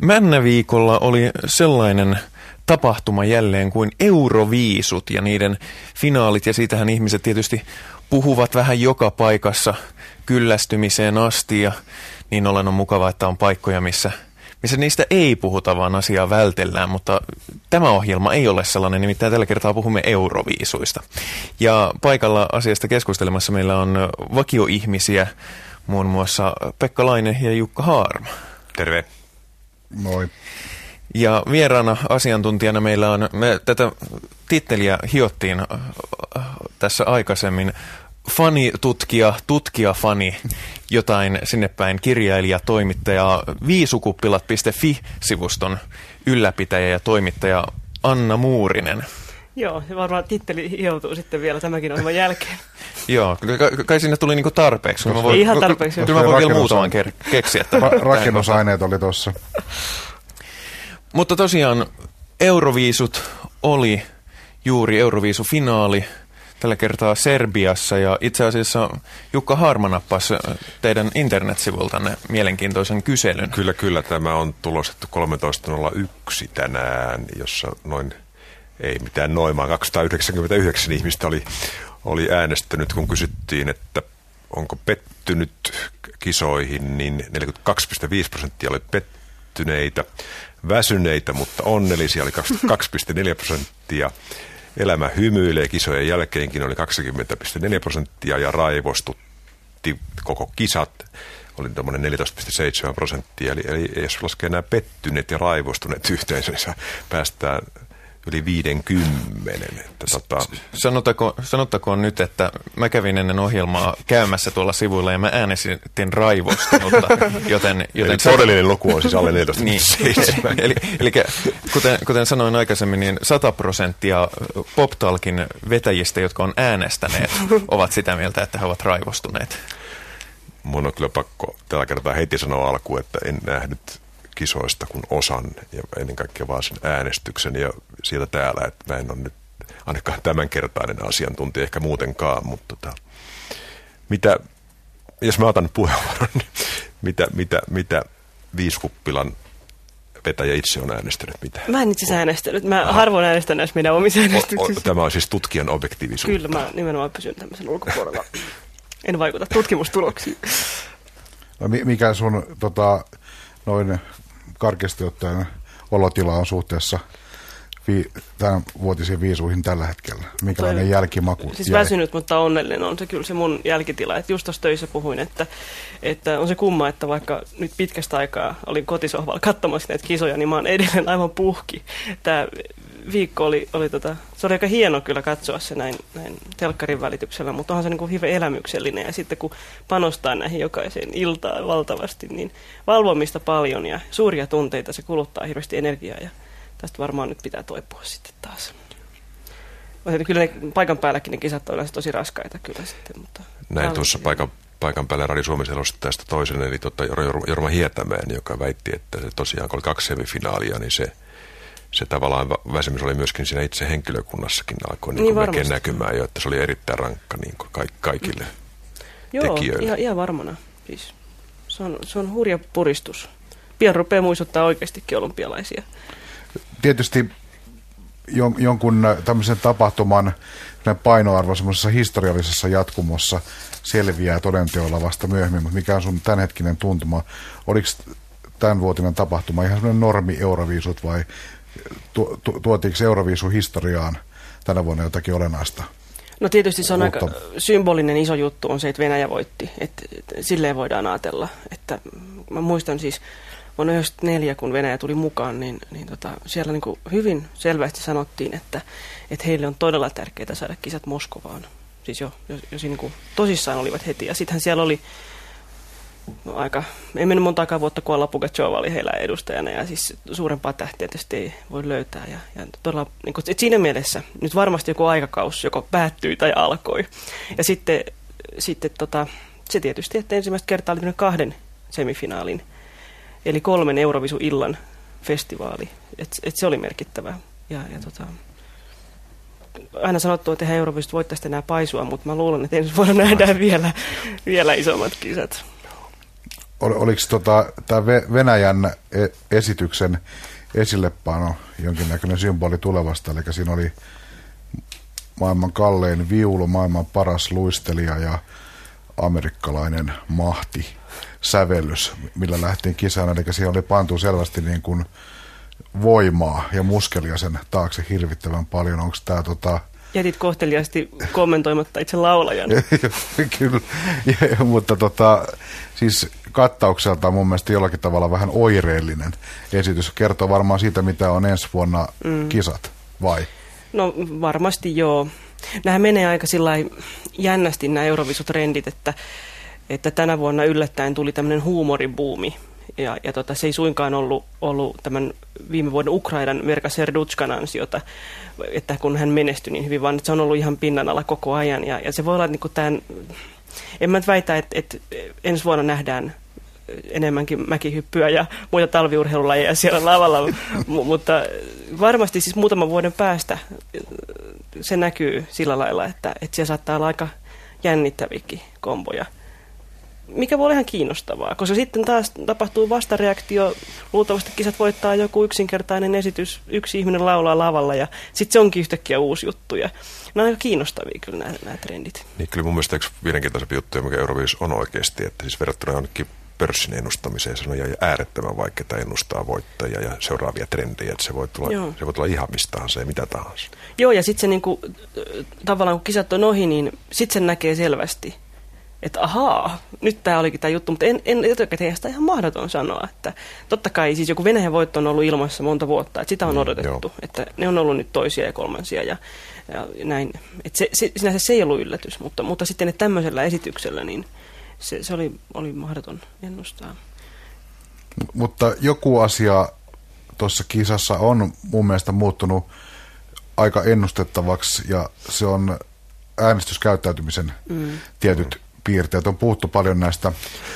Männäviikolla oli sellainen tapahtuma jälleen kuin Euroviisut ja niiden finaalit, ja siitähän ihmiset tietysti puhuvat vähän joka paikassa kyllästymiseen asti, ja niin ollen on mukavaa, että on paikkoja, missä niistä ei puhuta, vaan asiaa vältellään, mutta tämä ohjelma ei ole sellainen, nimittäin tällä kertaa puhumme Euroviisuista. Ja paikalla asiasta keskustelemassa meillä on vakioihmisiä, muun muassa Pekka Laine ja Jukka Haarma. Terve. Moi. Ja vieraana asiantuntijana meillä on, me tätä titteliä hiottiin tässä aikaisemmin, tutkija-fani, jotain sinne päin, kirjailija, toimittaja, viisukuppilat.fi-sivuston ylläpitäjä ja toimittaja Anna Muurinen. Joo, varmaan titteli hioutuu sitten vielä tämänkin ohjelman jälkeen. Joo, kai sinne tuli niinku tarpeeksi. Ihan tarpeeksi. Kyllä mä voin vielä muutaman keksiä. Rakennusaineet oli tuossa. Mutta tosiaan Euroviisut oli juuri Euroviisufinaali tällä kertaa Serbiassa, ja itse asiassa Jukka Haarma nappasi teidän internetsivultanne mielenkiintoisen kyselyn. Kyllä, tämä on tulostettu 13.01 tänään, jossa ei mitään vaan 299 ihmistä oli äänestänyt, kun kysyttiin, että onko pettynyt kisoihin, niin 42,5% oli pettyneitä, väsyneitä, mutta onnellisia oli 22,4%. Elämä hymyilee kisojen jälkeenkin oli 20,4% ja raivostutti koko kisat oli tuommoinen 14,7%. Eli jos laskee nämä pettyneet ja raivostuneet yhteensä, niin päästään yli 50. Sanottakoon nyt, että mä kävin ennen ohjelmaa käymässä tuolla sivuilla ja mä äänestin raivostunutta, joten todellinen luku on siis alle 14. Niin. eli kuten sanoin aikaisemmin, niin 100% PopTalkin vetäjistä, jotka on äänestäneet, ovat sitä mieltä, että he ovat raivostuneet. Mun on kyllä pakko tällä kertaa heti sanoa alkuun, että en nähnyt kisoista kun osan ja ennen kaikkea vaan sen äänestyksen ja sieltä täällä, että mä en ole nyt ainakaan tämänkertainen asiantuntija ehkä muutenkaan, mutta jos mä otan puheenvuoron, niin mitä Viiskuppilan vetäjä itse on äänestänyt? Mitä? Mä en itse äänestänyt. Mä harvoin äänestän näissä meidän omissa äänestyksissä. Tämä on siis tutkijan objektiivisuutta. Kyllä, mä nimenomaan pysyn tämmöisen ulkopuolella. En vaikuta tutkimustuloksiin. No, mikä sun noin karkeasti ottaen olotila on suhteessa tämän vuotisiin viisuihin tällä hetkellä? Minkälainen jälkimaku? Siis väsynyt, mutta onnellinen on se kyllä se mun jälkitila. Et just tuossa töissä puhuin, että on se kumma, että vaikka nyt pitkästä aikaa olin kotisohvalla katsomassa näitä kisoja, niin mä oon edelleen aivan puhki. Tämä viikko se oli aika hieno kyllä katsoa se näin telkkarin välityksellä, mutta onhan se niin kuin hyvin elämyksellinen. Ja sitten kun panostaa näihin jokaiseen iltaan valtavasti, niin valvomista paljon ja suuria tunteita, se kuluttaa hirveästi energiaa ja tästä varmaan nyt pitää toipua sitten taas. Kyllä ne paikan päälläkin ne kisat on yleensä tosi raskaita kyllä sitten. Mutta näin tuossa paikan päällä Radio Suomi selosti tästä toisen, eli Jorma Hietämäen, joka väitti, että se tosiaan kun oli 2 semifinaalia, niin se tavallaan väsymys oli myöskin siinä itse henkilökunnassakin alkoi niin melkein näkymään jo, että se oli erittäin rankka niin kuin kaikille tekijöille. Joo, ihan varmana. Siis, se on hurja puristus. Pian rupeaa muistuttaa oikeastikin olympialaisia. Tietysti jonkun tämmöisen tapahtuman painoarvo semmoisessa historiallisessa jatkumossa selviää todenteolla vasta myöhemmin, mutta mikä on sun tämänhetkinen tuntuma? Oliko tämänvuotinen tapahtuma ihan semmoinen normi Euroviisut vai tuotiinko Euroviisun historiaan tänä vuonna jotakin olennaista? No tietysti se on aika symbolinen iso juttu on se, että Venäjä voitti. Että silleen voidaan ajatella. Että mä muistan siis vuonna 1994, kun Venäjä tuli mukaan, niin siellä niin kuin hyvin selvästi sanottiin, että heille on todella tärkeää saada kisat Moskovaan. Siis jos niin kuin tosissaan olivat heti. Ja sittenhän siellä oli ei mennyt montaakaan vuotta, kun Alla Pugacheva oli heillä edustajana, ja siis suurempaa tähtiä tietysti ei voi löytää. Ja todella, niin kuin, siinä mielessä nyt varmasti joku aikakaus joko päättyi tai alkoi. Ja sitten se tietysti, että ensimmäistä kertaa oli 2 semifinaalin, eli 3 Eurovisu-illan festivaali. Et se oli merkittävä. Aina sanottu, että eihän Eurovisut voi tästä enää paisua, mutta mä luulen, että ensi vuonna nähdään vielä isommat kisat. oliko tämä Venäjän esityksen esillepano jonkinnäköinen symboli tulevasta, eli siinä oli maailman kallein viulu, maailman paras luistelija ja amerikkalainen mahti sävellys, millä lähtiin kisaan, eli siihen oli pantu selvästi niin kuin voimaa ja muskelia sen taakse hirvittävän paljon. Onko tämä Jätit kohteliaasti kommentoimatta itse laulajan. Kyllä, mutta siis kattaukselta on mun mielestä jollakin tavalla vähän oireellinen esitys. Kertoo varmaan siitä, mitä on ensi vuonna kisat, vai? No varmasti joo. Nämähän menee aika sillai jännästi nämä Euroviisutrendit, että tänä vuonna yllättäen tuli tämmöinen huumoribuumi. Ja se ei suinkaan ollut tämän viime vuoden Ukrainan Verka Serduchkan ansiota, että kun hän menestyi niin hyvin, vaan että se on ollut ihan pinnan alla koko ajan. Ja se voi olla niin kuin tämän, en mä nyt väitä, että ensi vuonna nähdään enemmänkin mäkihyppyä ja muita talviurheilulajeja siellä lavalla, mutta varmasti siis muutaman vuoden päästä se näkyy sillä lailla, että siellä saattaa olla aika jännittäviäkin komboja. Mikä voi olla ihan kiinnostavaa, koska sitten taas tapahtuu vastareaktio, luultavasti kisat voittaa joku yksinkertainen esitys, yksi ihminen laulaa lavalla ja sitten se onkin yhtäkkiä uusi juttu. Ja nämä on aika kiinnostavia kyllä nämä trendit. Niin kyllä mun mielestä yksi mielenkiintoisempi juttu, mikä Euroviis on oikeasti, että siis verrattuna jonnekin pörssin ennustamiseen se on äärettömän vaikeaa ennustaa voittajia ja seuraavia trendejä, että se voi tulla ihan mistä tahansa ja mitä tahansa. Joo, ja sitten se niinku, tavallaan kun kisat on ohi, niin sitten sen näkee selvästi. Että ahaa, nyt tämä olikin tämä juttu, mutta en etukäteen sitä ihan mahdoton sanoa. Että totta kai siis joku Venäjän voitto on ollut ilmassa monta vuotta, että sitä on odotettu. Että ne on ollut nyt toisia ja kolmansia ja näin. Että sinänsä se ei ollut yllätys, mutta sitten että tämmöisellä esityksellä niin se oli mahdoton ennustaa. Mutta joku asia tuossa kisassa on mun mielestä muuttunut aika ennustettavaksi ja se on äänestyskäyttäytymisen tietyt piirteet. On puhuttu paljon näistä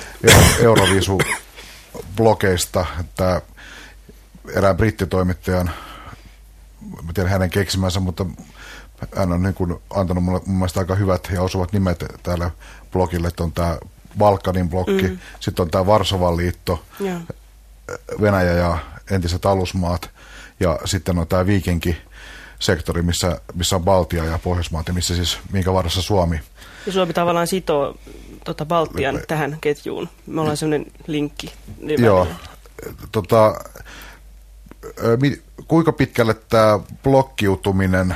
Euroviisu-blogeista, että erään brittitoimittajan, mä tiedän hänen keksimänsä, mutta hän on niin kuin antanut mulle mun mielestä aika hyvät ja osuvat nimet täällä blogille, että on tämä Balkanin blokki, sitten on tämä Varsovan liitto, Venäjä ja entiset alusmaat, ja sitten on tämä Viikinki-sektori, missä on Baltia ja Pohjoismaat, ja missä siis, minkä varassa Suomi. Ja Suomi tavallaan sitoo Baltian tähän ketjuun. Me ollaan sellainen linkki. Joo. Kuinka pitkälle tämä blokkiutuminen,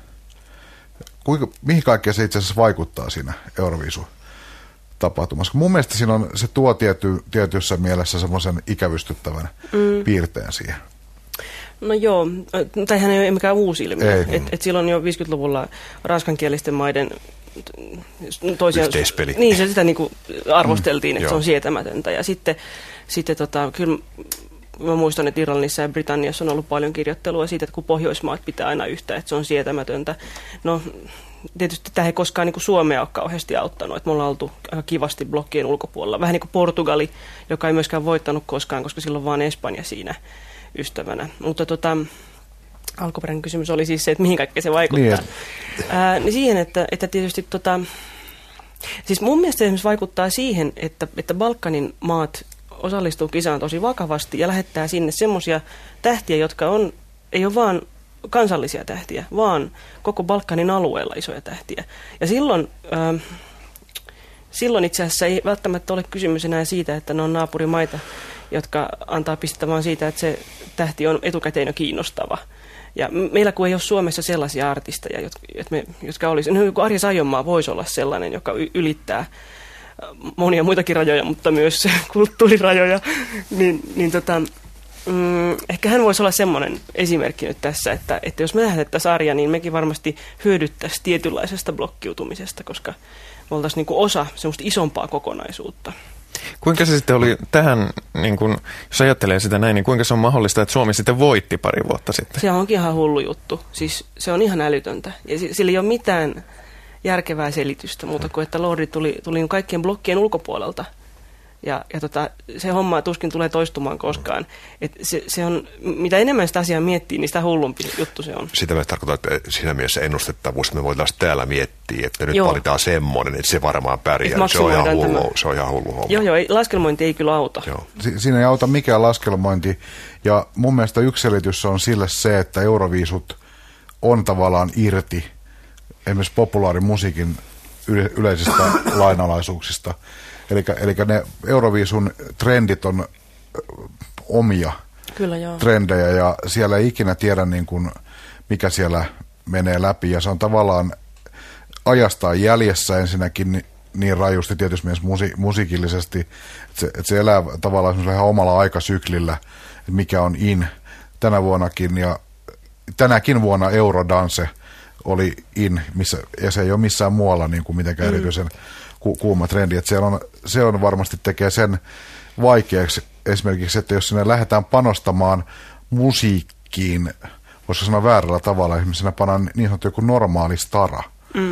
mihin kaikkeen se itse asiassa vaikuttaa siinä Euroviisu-tapahtumassa? Mun mielestä se tuo tietyssä mielessä semmoisen ikävystyttävän piirteen siihen. No joo, tämähän ei ole mikään uusi ilmiö. Et silloin jo 50-luvulla ranskankielisten maiden yhteispeli. Niin, sitä niin kuin arvosteltiin, että se on sietämätöntä. Ja sitten kyllä mä muistan, että Irlannissa ja Britanniassa on ollut paljon kirjoittelua siitä, että kun Pohjoismaat pitää aina yhtä, että se on sietämätöntä. No tietysti tämä ei koskaan niin kuin Suomea ole kauheasti auttanut, että me ollaan oltu aika kivasti blokkien ulkopuolella. Vähän niin kuin Portugali, joka ei myöskään voittanut koskaan, koska silloin vaan Espanja siinä ystävänä. Mutta alkuperäinen kysymys oli siis se, että mihin kaikkea se vaikuttaa. Niin siihen, että tietysti siis mun mielestä se esimerkiksi vaikuttaa siihen, että Balkanin maat osallistuu kisaan tosi vakavasti ja lähettää sinne semmoisia tähtiä, jotka ei ole vaan kansallisia tähtiä, vaan koko Balkanin alueella isoja tähtiä. Ja silloin itse asiassa ei välttämättä ole kysymys enää siitä, että ne on naapurimaita, jotka antaa pistettä vaan siitä, että se tähti on etukäteen jo kiinnostava. Ja meillä kun ei ole Suomessa sellaisia artisteja, jotka olisi, no Arja Saijonmaa voisi olla sellainen, joka ylittää monia muitakin rajoja, mutta myös kulttuurirajoja, ehkä hän voisi olla semmoinen esimerkki nyt tässä, että jos me lähetettäisiin Arja, niin mekin varmasti hyödyttäisiin tietynlaisesta blokkiutumisesta, koska me oltaisiin niin kuin osa semmoista isompaa kokonaisuutta. Kuinka se sitten oli tähän, niin kun, jos ajattelee sitä näin, niin kuinka se on mahdollista, että Suomi sitten voitti pari vuotta sitten? Se onkin ihan hullu juttu. Siis se on ihan älytöntä. Ja sillä ei ole mitään järkevää selitystä muuta kuin, että Lordi tuli kaikkien blokkien ulkopuolelta. Ja se homma tuskin tulee toistumaan koskaan. Et se on, mitä enemmän sitä asiaa miettii, niin sitä hullumpi juttu se on. Sitä me tarkoittaa, että siinä mielessä ennustettavuus, me voidaan täällä miettiä, että nyt valitaan semmoinen, että se varmaan pärjää. Se on ihan hullu homma. Joo, laskelmointi ei kyllä auta. Siinä ei auta mikään laskelmointi. Ja mun mielestä yksi selitys on sille se, että Euroviisut on tavallaan irti esimerkiksi populaarimusiikin yleisistä lainalaisuuksista. Eli ne Euroviisun trendit on omia Kyllä, joo. trendejä ja siellä ei ikinä tiedä niin kuin, mikä siellä menee läpi. Ja se on tavallaan ajastaan jäljessä ensinnäkin niin rajusti tietysti myös musiikillisesti, että se elää tavallaan ihan omalla aikasyklillä, että mikä on in tänä vuonnakin. Ja tänäkin vuonna Eurodance oli in, ja se ei ole missään muualla niin kuin mitenkään erityisen kuuma trendi. Että se on varmasti tekee sen vaikeaksi esimerkiksi, että jos sinne lähdetään panostamaan musiikkiin, voisiko sanoa väärällä tavalla, esimerkiksi siinä pannaan niin sanottu joku normaali stara,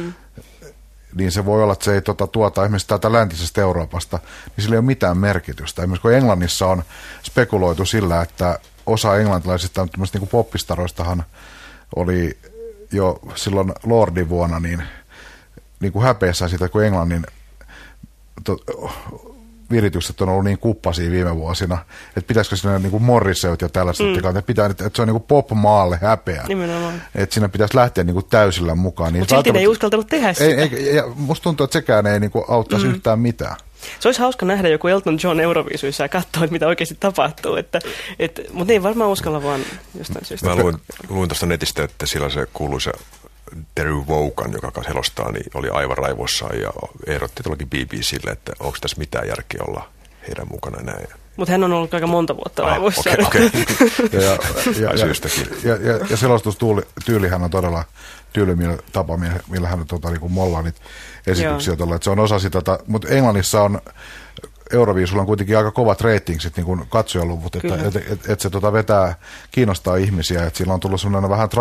niin se voi olla, että se ei tuota esimerkiksi täältä läntisestä Euroopasta, niin sillä ei ole mitään merkitystä. Esimerkiksi kun Englannissa on spekuloitu sillä, että osa englantilaisista niin kuin poppistaroistahan oli jo silloin Lordin vuonna niin kuin häpeissään siitä, kun Englannin viritykset on ollut niin kuppasia viime vuosina, että pitäisikö siinä niin kuin Morriseut ja tällaiset, että se on niin kuin pop-maalle häpeä. Nimenomaan. Että siinä pitäisi lähteä niin kuin täysillä mukaan. Mutta silti ne ei uskaltanut tehdä sitä. Ja musta tuntuu, että sekään ei niin kuin auttaisi yhtään mitään. Se olisi hauska nähdä joku Elton John Euroviisuissa ja katsoa, mitä oikeasti tapahtuu. Mutta ne ei varmaan uskalla vaan jostain syystä. Mä luin tuosta netistä, että sillä se kuuluisa Terry Wogan, joka selostaa, niin oli aivan raivoissaan ja ehdotti tuollakin BBClle, että onko tässä mitään järkeä olla heidän mukana näin. Mutta hän on ollut aika monta vuotta raivoissaan. Okei. Ja selostustyylihän on todella tyylinen tapa, millä hän niin kuin mollaa niitä esityksiä. Että se on osa sitä, mutta Englannissa on Euroviisulla on kuitenkin aika kovat ratingsit, niin kuin katsojaluvut, että se vetää, kiinnostaa ihmisiä, että sillä on tullut sellainen vähän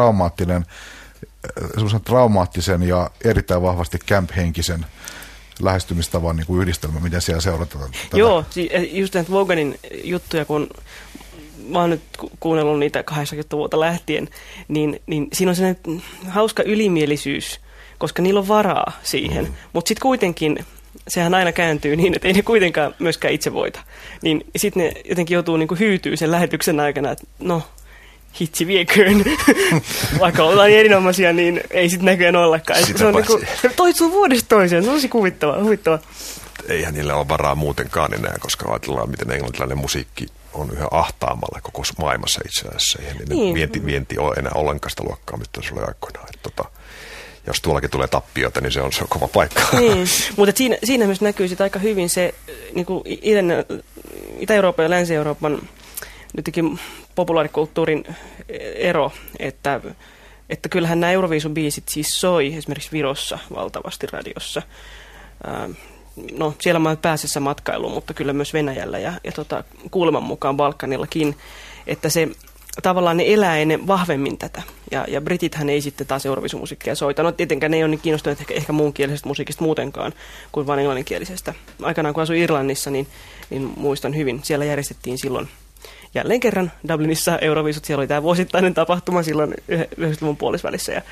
traumaattisen ja erittäin vahvasti camp-henkisen lähestymistavan niin kuin yhdistelmä, miten siellä seurataan. Joo, just näitä Voganin juttuja, kun mä oon nyt kuunnellut niitä 80-luvulta lähtien, niin siinä on sellainen hauska ylimielisyys, koska niillä on varaa siihen, mutta sitten kuitenkin sehän aina kääntyy niin, että ei ne kuitenkaan myöskään itse voita. Niin sitten ne jotenkin joutuu niinku hyytyä sen lähetyksen aikana, että no, hitsi vieköön. Vaikka ollaan erinomaisia, niin ei sitten näköjään ollakaan. Se on niinku, toistuu vuodesta toiseen, se on tosi huvittava. Eihän niillä ole varaa muutenkaan enää, koska ajatellaan, miten englantilainen musiikki on yhä ahtaamalla koko maailmassa itse asiassa. Eihän niin. vienti ole enää ollenkaan sitä luokkaa, mitä se oli aikoinaan. Jos tuollakin tulee tappiota, niin se on kova paikka. Niin, mutta siinä myös näkyy sit aika hyvin se niin kuin Itä-Euroopan ja Länsi-Euroopan nytkin populaarikulttuurin ero, että kyllähän nämä Euroviisun biisit siis soi esimerkiksi Virossa valtavasti radiossa. No, siellä mä oon pääsessä matkailuun, mutta kyllä myös Venäjällä ja kuuleman mukaan Balkanillakin, että se tavallaan ne elää ennen vahvemmin tätä. Ja britithän ei sitten taas Euroviisumusiikkia soita. No tietenkään ne ei ole niin kiinnostuneet ehkä muunkielisestä musiikista muutenkaan kuin vain englanninkielisestä. Aikanaan kun asuin Irlannissa, niin muistan hyvin. Siellä järjestettiin silloin jälleen kerran Dublinissa Euroviisut. Siellä oli tämä vuosittainen tapahtuma silloin 90-luvun puolisvälissä. Ja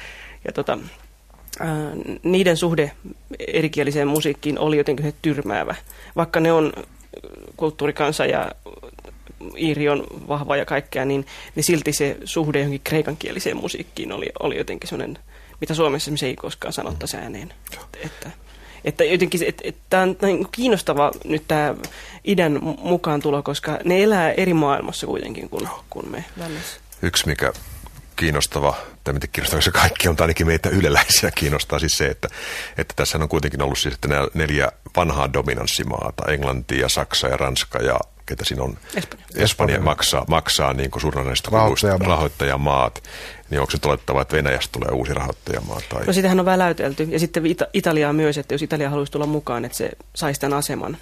niiden suhde erikieliseen musiikkiin oli jotenkin tyrmäävä. Vaikka ne on kulttuurikansa ja Iiri on vahva ja kaikkea, niin silti se suhde johonkin kreikankieliseen musiikkiin oli jotenkin sellainen, mitä Suomessa se ei koskaan sanottaisi ääneen. Että jotenkin tämä on kiinnostava nyt tämä idän mukaan tulo, koska ne elää eri maailmassa kuitenkin kuin me lännessä. Yksi mikä kiinnostava, tai miten kiinnostavaa se kaikki on, tai ainakin meitä yleläisiä kiinnostaa siis se, että tässä on kuitenkin ollut siis, että nämä 4 vanhaa dominanssimaata, Englanti ja Saksa ja Ranska ja ketä siinä on, Espanja maksaa niin kuin suunnilleen rahoittajamaat, niin onko se olettava, että Venäjästä tulee uusi rahoittajamaa? Tai? No sitähän on väläytelty, ja sitten Italiaa myös, että jos Italia haluaisi tulla mukaan, että se saisi tämän aseman.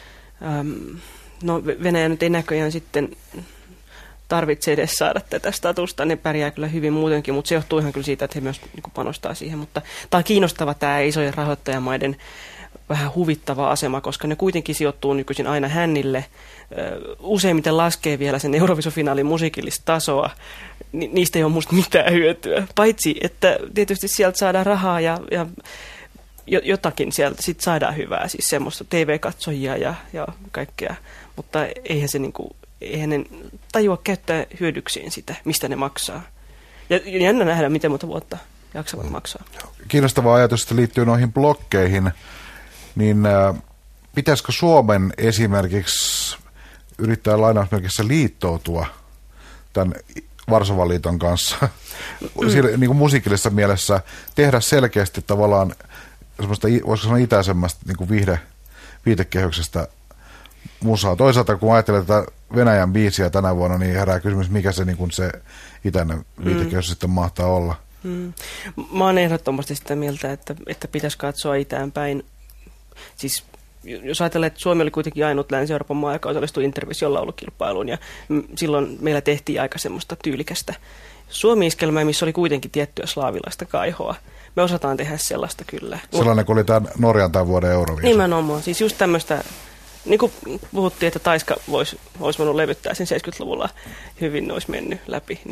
No Venäjä nyt ei näköjään sitten tarvitse edes saada tätä statusta, ne pärjää kyllä hyvin muutenkin, mutta se johtuu ihan kyllä siitä, että he myös niin kuin panostaa siihen, mutta tämä on kiinnostava tämä isojen rahoittajamaiden vähän huvittava asema, koska ne kuitenkin sijoittuu nykyisin aina hännille. Useimmiten laskee vielä sen Euroviisufinaalin musiikillista tasoa. Niistä ei ole musta mitään hyötyä. Paitsi, että tietysti sieltä saadaan rahaa ja jotakin sieltä sit saadaan hyvää, siis semmoista TV-katsojia ja kaikkea. Mutta eihän ne tajua käyttää hyödyksiin sitä, mistä ne maksaa. Ja jännä nähdä, miten monta vuotta jaksavat maksaa. Kiinnostava ajatus, että liittyy noihin blokkeihin, niin pitäisikö Suomen esimerkiksi yrittää lainausmerkissä liittoutua tämän Varsovan liiton kanssa niin kuin musiikillisessa mielessä, tehdä selkeästi tavallaan semmoista, voisiko sanoa itäisemmästä niin kuin viitekehyksestä musaa. Toisaalta kun ajattelee tätä Venäjän biisiä tänä vuonna, niin herää kysymys, mikä se, niin kuin se itäinen viitekehys sitten mahtaa olla. Mä oon ehdottomasti sitä mieltä, että pitäisi katsoa itään päin. Siis jos ajatellaan, että Suomi oli kuitenkin ainut Länsi-Euroopan maa, joka osallistui Intervision laulukilpailuun, ja silloin meillä tehtiin aika semmoista tyylikästä Suomi-iskelmää, missä oli kuitenkin tiettyä slaavilaista kaihoa. Me osataan tehdä sellaista kyllä. Sellainen kuin oli tämän Norjan tämän vuoden Euroviisu. Nimenomaan. Siis just tämmöistä, niin kuin puhuttiin, että Taiska olisi voinut levyttää sen 70-luvulla hyvin, olisi mennyt läpi,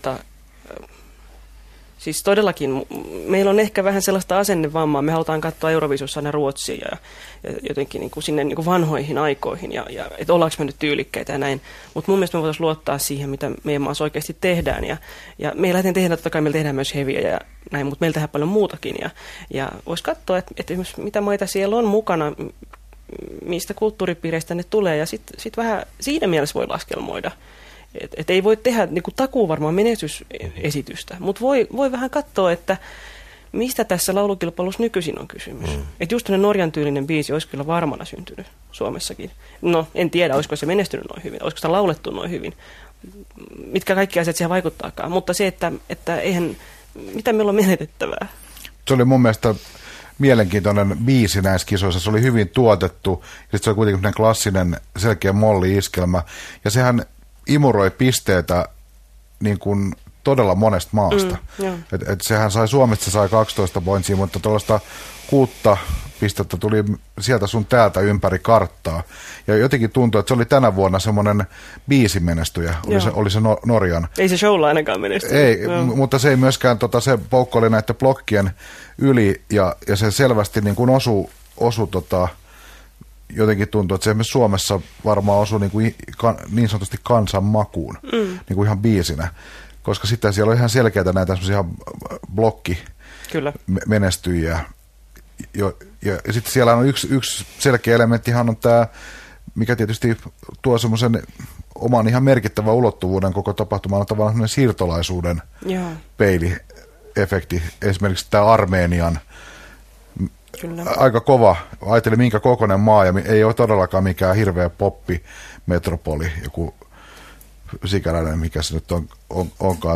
siis todellakin, meillä on ehkä vähän sellaista asennevammaa. Me halutaan katsoa Euroviisussa aina Ruotsia ja jotenkin niin kuin sinne niin kuin vanhoihin aikoihin, ja että ollaanko me nyt tyylikkäitä ja näin. Mutta mun mielestä me voitaisiin luottaa siihen, mitä meidän maassa oikeasti tehdään. Ja meillä tehdään, totta kai meillä tehdään myös heviä ja näin, mutta meillä tehdään paljon muutakin. Ja voisi katsoa, että mitä maita siellä on mukana, mistä kulttuuripiireistä ne tulee, ja sit vähän siinä mielessä voi laskelmoida. Et ei voi tehdä niin kuin takuu varmaan menestysesitystä, mutta voi vähän katsoa, että mistä tässä laulukilpailussa nykyisin on kysymys. Että just tämmöinen Norjan tyylinen biisi olisi kyllä varmana syntynyt Suomessakin. No, en tiedä, olisiko se menestynyt noin hyvin, olisiko sitä laulettu noin hyvin, mitkä kaikki asiat siihen vaikuttaakaan. Mutta se, että eihän, mitä meillä on menetettävää. Se oli mun mielestä mielenkiintoinen biisi näissä kisoissa. Se oli hyvin tuotettu, ja se oli kuitenkin klassinen selkeä molli-iskelmä, ja sehän imuroi pisteitä niin kuin todella monesta maasta. Sehän Suomesta sai 12 pointsia, mutta tuollaista 6 pistettä tuli sieltä sun täältä ympäri karttaa. Ja jotenkin tuntuu, että se oli tänä vuonna semmoinen biisimenestyjä, oli se Norjan. Ei se showlla ainakaan menestynyt. Ei, mutta se ei myöskään, se poukko oli näiden blokkien yli, ja se selvästi niin kuin osui jotenkin tuntuu, että se esimerkiksi Suomessa varmaan osui niin sanotusti kansan makuun, niin kuin ihan biisinä. Koska sitten siellä on ihan selkeitä näitä semmoisia blokkimenestyjiä. Ja sitten siellä on yksi selkeä elementtihan on tämä, mikä tietysti tuo semmoisen oman ihan merkittävän ulottuvuuden koko tapahtumaan, on tavallaan semmoinen siirtolaisuuden peiliefekti. Esimerkiksi tämä Armenian aika kova, ajattelin minkä kokoinen maa, ja ei ole todellakaan mikään hirveä poppimetropoli, joku sikäläinen, mikä se nyt onkaan,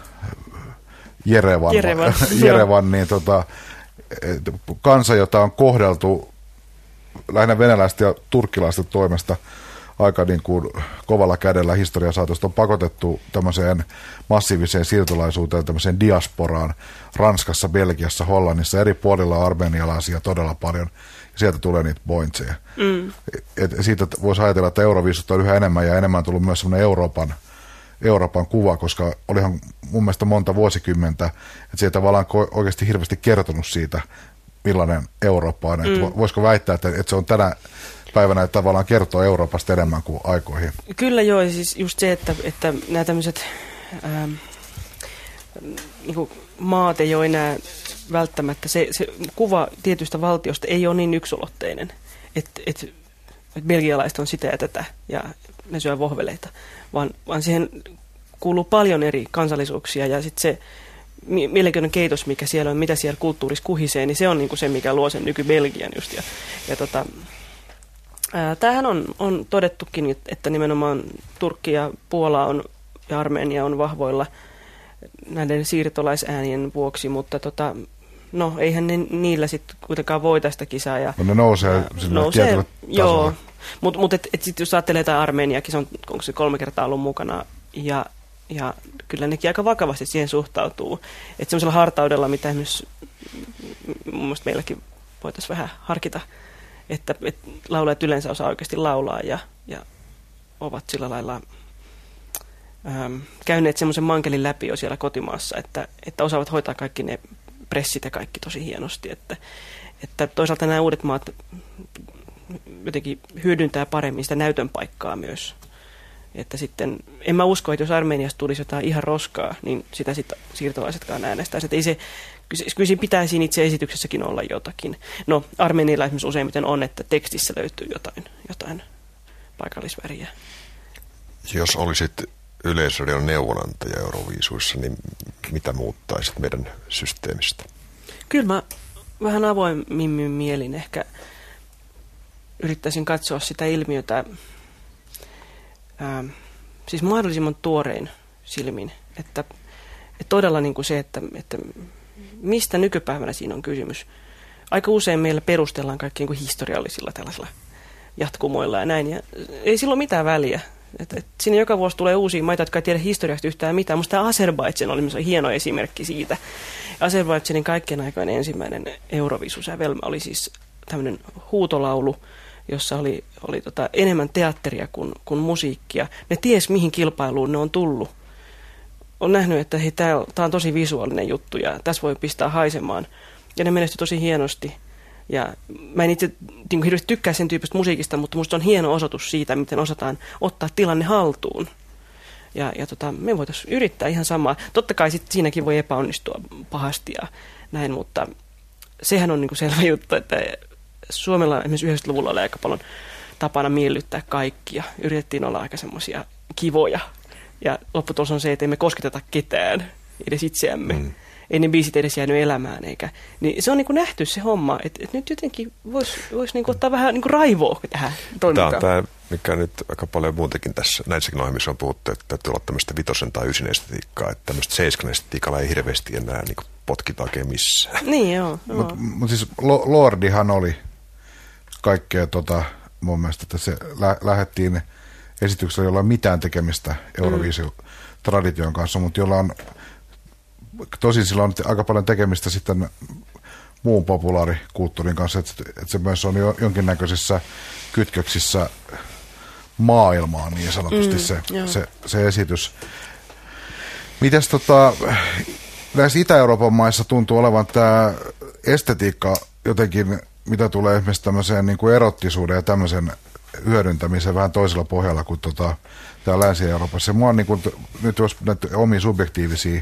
Jerevan niin kansa, jota on kohdeltu lähinnä venäläisten ja turkkilaisten toimesta aika niin kuin kovalla kädellä historian saatosta, on pakotettu tämmöiseen massiiviseen siirtolaisuuteen, tämmöiseen diasporaan Ranskassa, Belgiassa, Hollannissa, eri puolilla armenialaisia todella paljon, ja sieltä tulee niitä pointseja. Siitä voisi ajatella, että Euroviisut on yhä enemmän ja enemmän tullut myös semmoinen Euroopan kuva, koska olihan mun mielestä monta vuosikymmentä, että se ei tavallaan oikeasti hirveästi kertonut siitä, millainen Eurooppa on. Voisiko väittää, että se on tänä päivänä tavallaan kertoo Euroopasta enemmän kuin aikoihin? Kyllä joo, ja siis just se, että nämä tämmöiset niin maat ei ole enää välttämättä, se kuva tietystä valtiosta ei ole niin yksulotteinen, että belgialaiset on sitä ja tätä ja ne syö vohveleita, vaan siihen kuuluu paljon eri kansallisuuksia, ja sitten se mielenkiintoinen keitos, mikä siellä on, mitä siellä kulttuurissa kuhisee, niin se on niinku se, mikä luo sen nyky-Belgian just. Tämähän on todettukin, että nimenomaan Turkki ja Puola ja Armenia on vahvoilla näiden siirtolaisäänien vuoksi, mutta eihän niillä sitten kuitenkaan voi tästä kisaa. Ja ne nousee tietyllä tasolla. Mutta sitten jos ajattelee tämä Armeniakin, onko se 3 kertaa ollut mukana, ja kyllä nekin aika vakavasti siihen suhtautuu. Että semmoisella hartaudella, mitä esimerkiksi mun mielestä meilläkin voitaisiin vähän harkita, että laulajat yleensä osaa oikeasti laulaa ja ovat sillä lailla käyneet semmoisen mankelin läpi jo siellä kotimaassa, että osaavat hoitaa kaikki ne pressit ja kaikki tosi hienosti. Että toisaalta nämä uudet maat jotenkin hyödyntää paremmin sitä näytön paikkaa myös. Että sitten, en mä usko, että jos Armeniasta tulisi jotain ihan roskaa, niin sitä sitten siirtolaisetkaan äänestäisi. Kyllä siinä pitäisi itse esityksessäkin olla jotakin. No, Armenialla esimerkiksi useimmiten on, että tekstissä löytyy jotain paikallisväriä. Jos olisit Yleisradion neuvonantaja Euroviisuissa, niin mitä muuttaisit meidän systeemistä? Kyllä mä vähän avoimimmin mielin ehkä yrittäisin katsoa sitä ilmiötä siis mahdollisimman tuorein silmin, että todella niin kuin se, että mistä nykypäivänä siinä on kysymys. Aika usein meillä perustellaan kaikki niin kuin historiallisilla tällaisilla jatkumoilla ja näin, ja ei sillä ole mitään väliä. Siinä joka vuosi tulee uusia maita, jotka ei tiedä historiasta yhtään mitään. Minusta tämä Azerbaidžan oli hieno esimerkki siitä. Azerbaidžanin kaikkien aikojen ensimmäinen Euroviisusävelmä oli siis tämmöinen huutolaulu, jossa oli enemmän teatteria kuin musiikkia. Ne ties, mihin kilpailuun ne on tullut. On nähnyt, että hei, tämä on tosi visuaalinen juttu ja tässä voi pistää haisemaan. Ja ne menestyi tosi hienosti. Ja mä en itse niin hirveästi tykkää sen tyyppistä musiikista, mutta musta on hieno osoitus siitä, miten osataan ottaa tilanne haltuun. Ja me voitaisiin yrittää ihan samaa. Totta kai siinäkin voi epäonnistua pahasti ja näin, mutta sehän on niin kuin selvä juttu, että Suomella esimerkiksi 90-luvulla oli aika paljon tapana miellyttää kaikkia. Yritettiin olla aika semmoisia kivoja. Ja lopputulos on se, että emme kosketeta ketään, edes itseämme. Ei ne biisit edes jäänyt elämään. Niin se on niin kuin nähty se homma, että nyt jotenkin voisi niin kuin ottaa vähän niin kuin raivoa tähän toimintaan. Tämä on tämä, mikä nyt aika paljon muutenkin tässä näissäkin ohjelmissa on puhuttu, että täytyy olla tämmöistä 5 tai 9 estetiikkaa, että tämmöistä 7 estetiikalla ei hirveästi enää niin kuin potkita oikein missään. Niin joo. Mutta siis Lordihan oli kaikkea mun mielestä, että se lähdettiin esityksellä, jolla ei ole mitään tekemistä Euroviisio-tradition kanssa, mutta jolla on tosin sillä on aika paljon tekemistä sitten muun populaarikulttuurin kanssa, että se myös on jonkinnäköisissä kytköksissä maailmaan niin sanotusti se esitys. Mites näissä Itä-Euroopan maissa tuntuu olevan tämä estetiikka jotenkin, mitä tulee esimerkiksi tämmöiseen niin kuin erottisuuden ja tämmöisen hyödyntämiseen vähän toisella pohjalla kuin täällä Länsi-Euroopassa. Mua niin kuin, nyt jos näitä omia subjektiivisia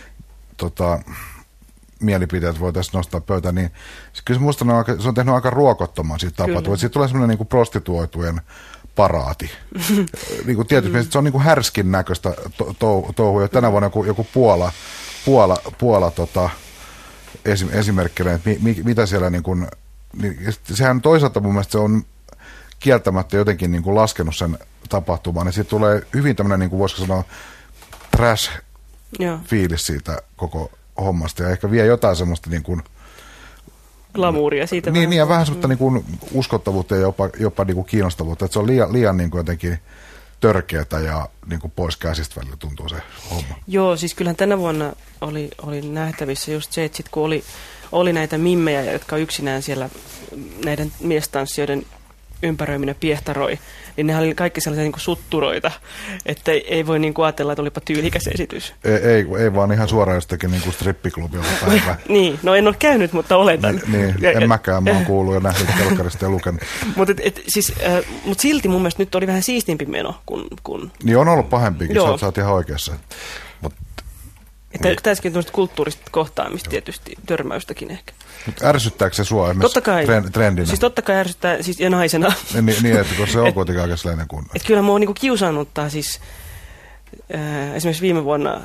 mielipiteet voitaisiin nostaa pöytään, niin kyllä musta se on tehnyt aika ruokottoman siitä tapahtumaa. Siitä tulee semmoinen niin kuin prostituoitujen paraati. Niin kuin tietysti se on niin kuin härskin näköistä touhua. Tänä vuonna joku Puola esimerkkinä, että mitä siellä niin kuin, niin sehän toisaalta mun mielestä se on kieltämättä jotenkin niin kuin laskenut sen tapahtumaan. Ja siitä tulee hyvin tämmöinen, niin kuin voisiko sanoa, trash-fiilis siitä koko hommasta. Ja ehkä vie jotain semmoista niin kuin glamuuria siitä. Niin, ja vähän semmoista niin kuin uskottavuutta ja jopa niin kuin kiinnostavuutta. Että se on liian niin kuin jotenkin törkeätä ja niin kuin pois käsistä välillä tuntuu se homma. Joo, siis kyllähän tänä vuonna oli nähtävissä just se, että sit kun oli näitä mimmejä, jotka yksinään siellä näiden miestanssijoiden ympäröiminä piehtaroi, niin ne oli kaikki sellaisia niin kuin sutturoita, että ei voi niin kuin ajatella, että olipa tyylikäs esitys. Ei vaan ihan suoraan jostakin niin kuin strippiklubialla päivää. Niin, no en ole käynyt, mutta oletan. Niin, en mäkään, mä oon kuullut ja nähnyt telkkarista ja lukenut. Mutta silti mun mielestä nyt oli vähän siistimpi meno kuin Niin on ollut pahempikin, sä oot ihan oikeassa. Niin. Tässäkin tämmöistä kulttuurista kohtaamista tietysti, törmäystäkin ehkä. Mutta ärsyttääkö se sua trendinä? Siis totta kai ärsyttää, siis ja naisena. Niin, että kun se on kuitenkin aika sellainen kunnon. Että kyllä mua niinku kiusaannuttaa siis, esimerkiksi viime vuonna,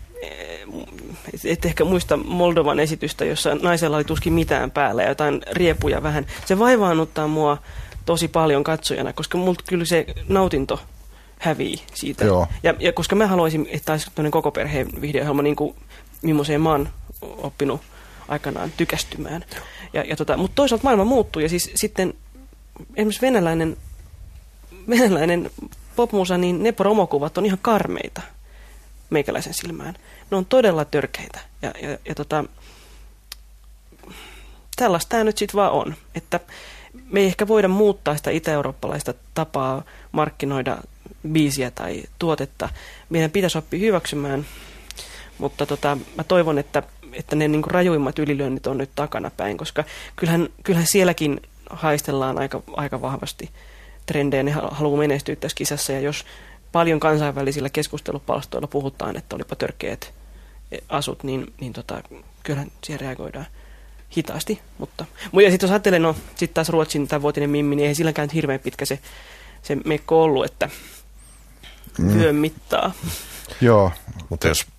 et ehkä muista Moldovan esitystä, jossa naisella oli tuskin mitään päällä ja jotain riepuja vähän. Se vaivaannuttaa mua tosi paljon katsojana, koska multa kyllä se nautinto hävii siitä. Ja koska mä haluaisin, että olisi tämmöinen koko perheen viihdeohjelma, niin kuin millaiseen mä oon oppinut aikanaan tykästymään. Mutta toisaalta maailma muuttuu ja siis sitten esimerkiksi venäläinen popmusa, niin ne promokuvat on ihan karmeita meikäläisen silmään. Ne on todella törkeitä. tällaista tämä nyt sitten vaan on, että me ei ehkä voida muuttaa sitä itä-eurooppalaista tapaa markkinoida biisiä tai tuotetta. Meidän pitäisi oppia hyväksymään, mutta mä toivon, että ne niin kuin rajuimmat ylilyönnit on nyt takanapäin, koska kyllähän sielläkin haistellaan aika vahvasti trendejä. Ne haluaa menestyä tässä kisassa, ja jos paljon kansainvälisillä keskustelupalstoilla puhutaan, että olipa törkeät asut, niin kyllähän siihen reagoidaan hitaasti. Ja sitten jos ajattelee, sitten taas Ruotsin tai vuotinen Mimmi, niin ei silläkään nyt hirveän pitkä se mekko ollut, että vyön mittaa. Joo. Mutta jos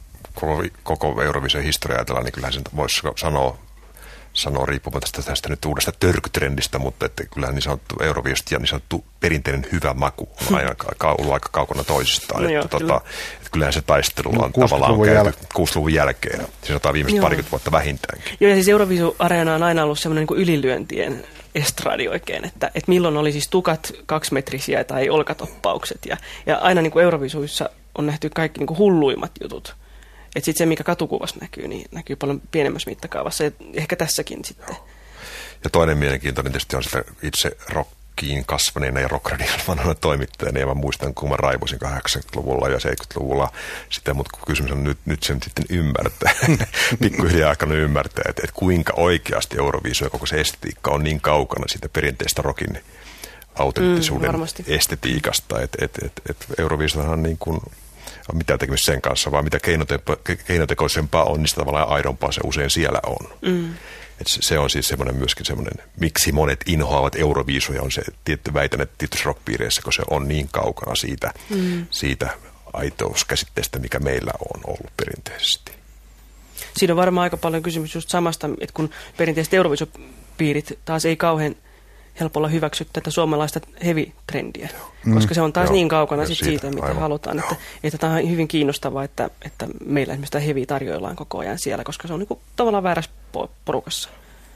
koko Eurovision historiaa ajatellaan, niin kyllähän sen voisi sanoa riippumatta tästä nyt uudesta törkytrendistä, mutta että kyllähän niin sanottu Eurovisiosta ja niin sanottu perinteinen hyvä maku on aina ollut aika kaukana toisistaan. No että kyllähän se taistelu on tavallaan käyty 60-luvun jälkeen. Siis sanotaan viimeiset parikymmentä vuotta vähintäänkin. Joo, ja siis Eurovision-areena on aina ollut semmoinen niin kuin ylilyöntien estradi oikein, että milloin oli siis tukat 2-metrisiä tai olkatoppaukset. Ja aina niin kuin Eurovisuissa on nähty kaikki niin kuin hulluimmat jutut. Että sitten se, mikä katukuvassa näkyy, niin näkyy paljon pienemmässä mittakaavassa. Ja ehkä tässäkin sitten. Ja toinen mielenkiintoinen tietysti on sitä itse rockiin kasvaneena ja rockradiolla vanhana toimittajana. Ja mä muistan, kun mä raivosin 80-luvulla ja 70-luvulla sitä, mutta kun kysymys on nyt sen sitten ymmärtää, pikkuhiljaa alkanut ymmärtää, että kuinka oikeasti Euroviisio ja koko se estetiikka on niin kaukana siitä perinteistä rockin autenttisuuden estetiikasta. Että Euroviisiohan niin kuin on mitään tekemistä sen kanssa, vaan mitä keinotekoisempaa on, niin sitä tavallaan aidompaa se usein siellä on. Et se on siis myöskin semmoinen, miksi monet inhoavat Euroviisuja, on se tietty väitän, että tietysti rockpiireissä, kun se on niin kaukana siitä aitouskäsitteestä, mikä meillä on ollut perinteisesti. Siinä on varmaan aika paljon kysymys just samasta, että kun perinteiset Euroviisupiirit taas ei kauhean helpolla hyväksy tätä suomalaista heavy-trendiä, koska se on taas niin kaukana siitä, mitä halutaan. Että tämä on hyvin kiinnostavaa, että meillä esimerkiksi tämä heavy tarjoillaan koko ajan siellä, koska se on niin tavallaan väärässä porukassa.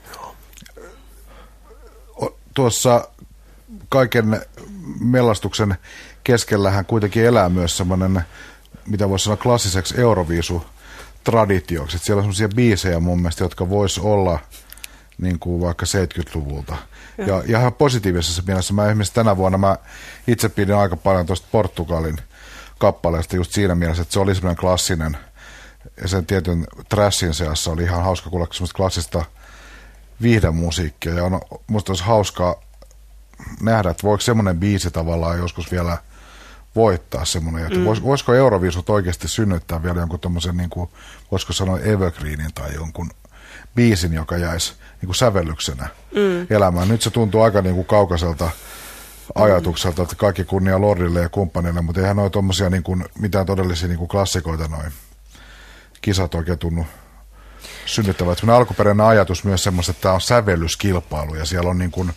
Tuossa kaiken mellastuksen keskellähän kuitenkin elää myös semmoinen, mitä voisi sanoa klassiseksi Euroviisu-traditioksi. Siellä on semmoisia biisejä mun mielestä, jotka vois olla niin kuin vaikka 70-luvulta. Ja ihan positiivisessa mielessä. Esimerkiksi tänä vuonna mä itse pidin aika paljon tuosta Portugalin kappaleesta just siinä mielessä, että se oli semmoinen klassinen, ja sen tietyn trashin seassa oli ihan hauska kuulla semmoista klassista viihdemusiikkia, ja musta olisi hauskaa nähdä, että voiko semmoinen biisi tavallaan joskus vielä voittaa semmoinen, että voisiko Euroviisut oikeasti synnyttää vielä jonkun tommosen, niin kuin, voisiko sanoa evergreenin tai jonkun biisin, joka jäisi niin kuin sävellyksenä elämään. Nyt se tuntuu aika niin kuin kaukaiselta ajatukselta, että kaikki kunnia Lordille ja kumppanille, mutta eihän noin tommosia niin kuin, mitään todellisia niin kuin klassikoita noin kisat oikein tunnu synnyttävät. Sellainen alkuperäinen ajatus myös semmoista, että tämä on sävellyskilpailu ja siellä on niin kuin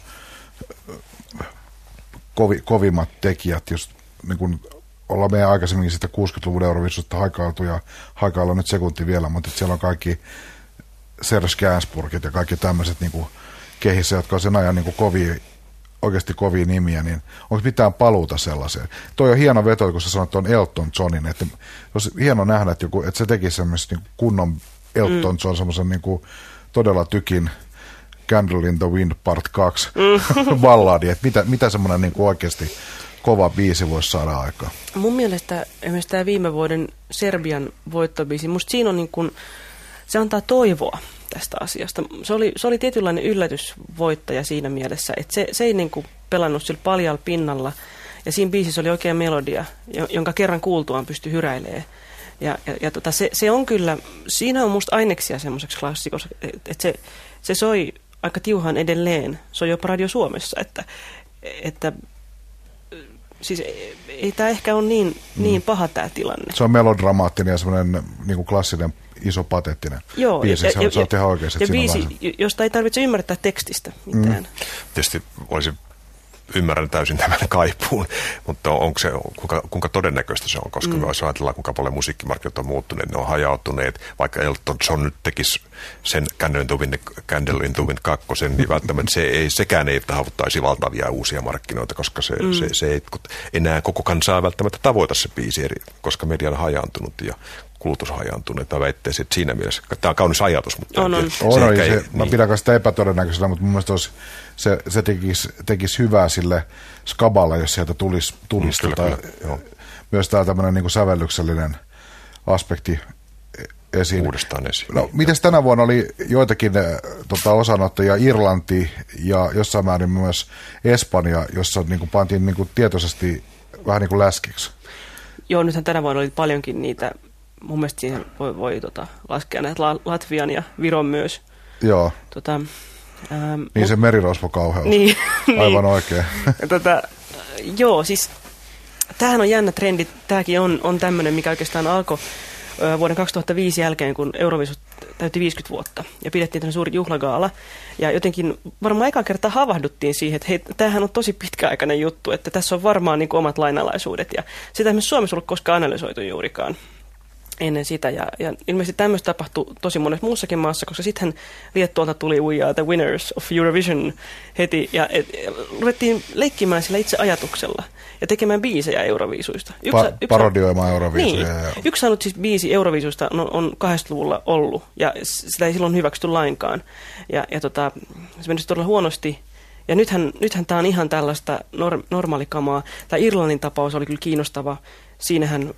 kovimmat tekijät, just niin kuin ollaan meidän aikaisemminkin sitä 60-luvun Euroviisusta haikailtu ja haikaillaan nyt sekunti vielä, mutta siellä on kaikki Serge Gainsbourgit ja kaikki tämmöiset niin kehissä, jotka on sen ajan niin oikeasti kovia nimiä, niin onko mitään paluuta sellaiseen? Toi on hieno veto, kun sä sanot tuon Elton Johnin, että olisi hieno nähdä, että se tekisi semmoisen niin kunnon Elton John, semmoisen niin todella tykin Candle in the Wind Part 2 balladi, että mitä semmoinen niin oikeasti kova biisi voisi saada aikaan? Mun mielestä esimerkiksi tämä viime vuoden Serbian voittobiisi, musta siinä on niin kuin, se antaa toivoa tästä asiasta. Se oli tietynlainen yllätysvoittaja siinä mielessä, että se ei niin kuin pelannut sillä paljalla pinnalla, ja siinä biisissä oli oikea melodia, jonka kerran kuultuaan pystyi hyräilemään. Se on kyllä, siinä on musta aineksia semmoiseksi klassikossa, että se soi aika tiuhaan edelleen, soi jopa Radio Suomessa, että siis ei tämä ehkä ole niin paha tämä tilanne. Se on melodramaattinen ja semmoinen niin kuin klassinen iso patettinen biisi. Se on ihan oikeasti. Ja biisi, josta ei tarvitse ymmärtää tekstistä mitään. Tietysti ymmärrän täysin tämän kaipuun, mutta onko se, kuinka todennäköistä se on, koska jos ajatellaan, kuinka paljon musiikkimarkkinat on muuttuneet, ne on hajautuneet, vaikka Elton John nyt tekisi sen Candle in the Wind 2, niin välttämättä sekään ei tavoittaisi valtavia uusia markkinoita, koska se ei enää koko kansaa välttämättä tavoita se biisi, koska media on hajaantunut ja kulutushajaantunut. Mä väittäisin, että siinä mielessä, tämä on kaunis ajatus, mutta mä pidän sitä epätodennäköisenä, mutta mun mielestä se tekisi hyvää sille skaballe, jos sieltä tulisi myös tämä tämmöinen niin kuin sävellyksellinen aspekti esiin. Uudestaan esiin. No, mites tänä vuonna oli joitakin osanottajia, Irlanti ja jossain määrin myös Espanja, jossa niin kuin pantiin niin kuin tietoisesti vähän niin kuin läskiksi? Joo, nythän tänä vuonna oli paljonkin niitä, mun mielestä siihen voi laskea näitä Latvian ja Viron myös. Joo. Niin se merirosvokauheus. Niin, aivan oikein. Joo, siis tämähän on jännä trendi. Tämäkin on tämmöinen, mikä oikeastaan alkoi vuoden 2005 jälkeen, kun Euroviisut täytti 50 vuotta. Ja pidettiin tämmöinen suuri juhlagaala. Ja jotenkin varmaan eka kertaa havahduttiin siihen, että hei, tämähän on tosi pitkäaikainen juttu, että tässä on varmaan niin kuin omat lainalaisuudet. Ja sitä esimerkiksi Suomessa ollut koskaan analysoitu juurikaan ennen sitä. Ja ilmeisesti tämmöistä tapahtui tosi monessa muussakin maassa, koska sittenhän Liettualta tuli We Are the Winners of Eurovision heti. Ja ruvettiin leikkimään sillä itse ajatuksella ja tekemään biisejä Euroviisuista. Parodioimaan Euroviisuja. Niin. Yksi ainut siis biisi Euroviisuista on 80-luvulla ollut, ja sitä ei silloin hyväksytty lainkaan. Ja se meni todella huonosti. Ja nythän tämä on ihan tällaista normaalikamaa. Tämä Irlannin tapaus oli kyllä kiinnostava. Siinähän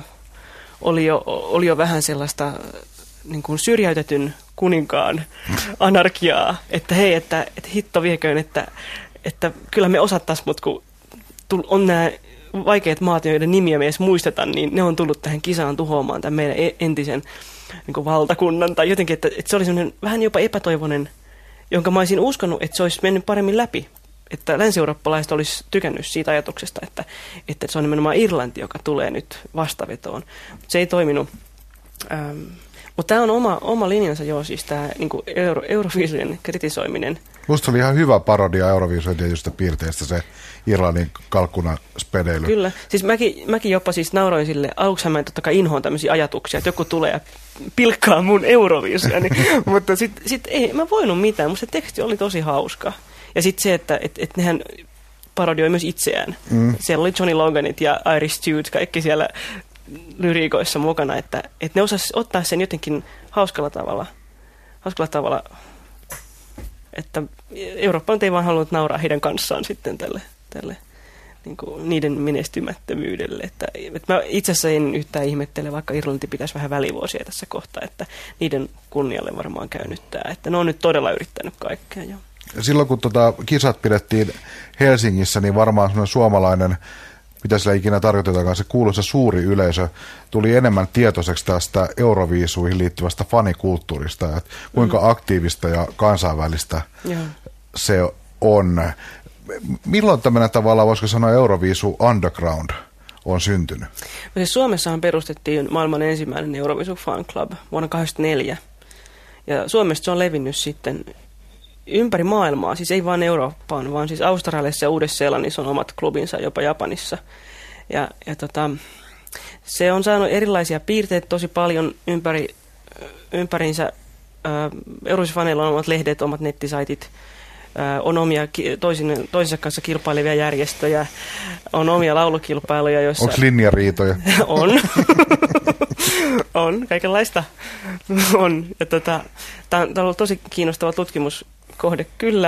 oli jo vähän sellaista niin kuin syrjäytetyn kuninkaan anarkiaa, että hei, että hitto vieköön, että kyllä me osattaisiin, mutta kun on nämä vaikeat maat, joiden nimiä me edes muisteta, niin ne on tullut tähän kisaan tuhoamaan tämän meidän entisen niin kuin valtakunnan. Tai jotenkin, että se oli sellainen vähän jopa epätoivoinen, jonka mä olisin uskonut, että se olisi mennyt paremmin läpi. Että länsi-eurooppalaiset olisi tykännyt siitä ajatuksesta, että se on nimenomaan Irlanti, joka tulee nyt vastavetoon. Se ei toiminut. Mutta tämä on oma linjansa jo, siis tämä niinku Euroviisujen kritisoiminen. Musta oli ihan hyvä parodia Euroviisujen tietystä piirteistä se Irlannin kalkkuna spedeily. Kyllä. Siis mäkin jopa siis nauroin sille, aluksi mä totta kai inhoon tämmöisiä ajatuksia, että joku tulee ja pilkkaa mun Euroviisuja, mutta sit ei mä voinut mitään, musta se teksti oli tosi hauska. Ja sitten se, että nehän parodioi myös itseään. Siellä oli Johnny Loganit ja Irish Stewart, kaikki siellä lyriikoissa mukana, että ne osasi ottaa sen jotenkin hauskalla tavalla, että Eurooppa nyt ei vaan halunnut nauraa heidän kanssaan sitten tälle niin kuin niiden menestymättömyydelle. Että mä itse asiassa en yhtään ihmettele, vaikka Irlanti pitäisi vähän välivuosia tässä kohtaa, että niiden kunnialle varmaan käynnyttää. Että ne on nyt todella yrittänyt kaikkea jo. Silloin kun kisat pidettiin Helsingissä, niin varmaan semmoinen suomalainen, mitä sillä ikinä tarkoitetaankaan, se kuuluisa suuri yleisö tuli enemmän tietoiseksi tästä Euroviisuihin liittyvästä fanikulttuurista, että kuinka aktiivista ja kansainvälistä se on. Milloin tämmöinen tavallaan, voisiko sanoa, Euroviisu underground on syntynyt? No siis Suomessahan perustettiin maailman ensimmäinen Euroviisu Fan Club vuonna 1984. Ja Suomesta se on levinnyt sitten ympäri maailmaa, siis ei vain Eurooppaan, vaan siis Australiassa ja Uudessa-Seelannissa on omat klubinsa, jopa Japanissa. Ja se on saanut erilaisia piirteitä tosi paljon ympäriinsä. Euroviisufaneilla on omat lehdet, omat nettisaitit, on omia toisensa kanssa kilpailevia järjestöjä, on omia laulukilpailuja, joissa... Onko linjariitoja? On. On, kaikenlaista on. Ja tämä on ollut tosi kiinnostava tutkimuskohde kyllä,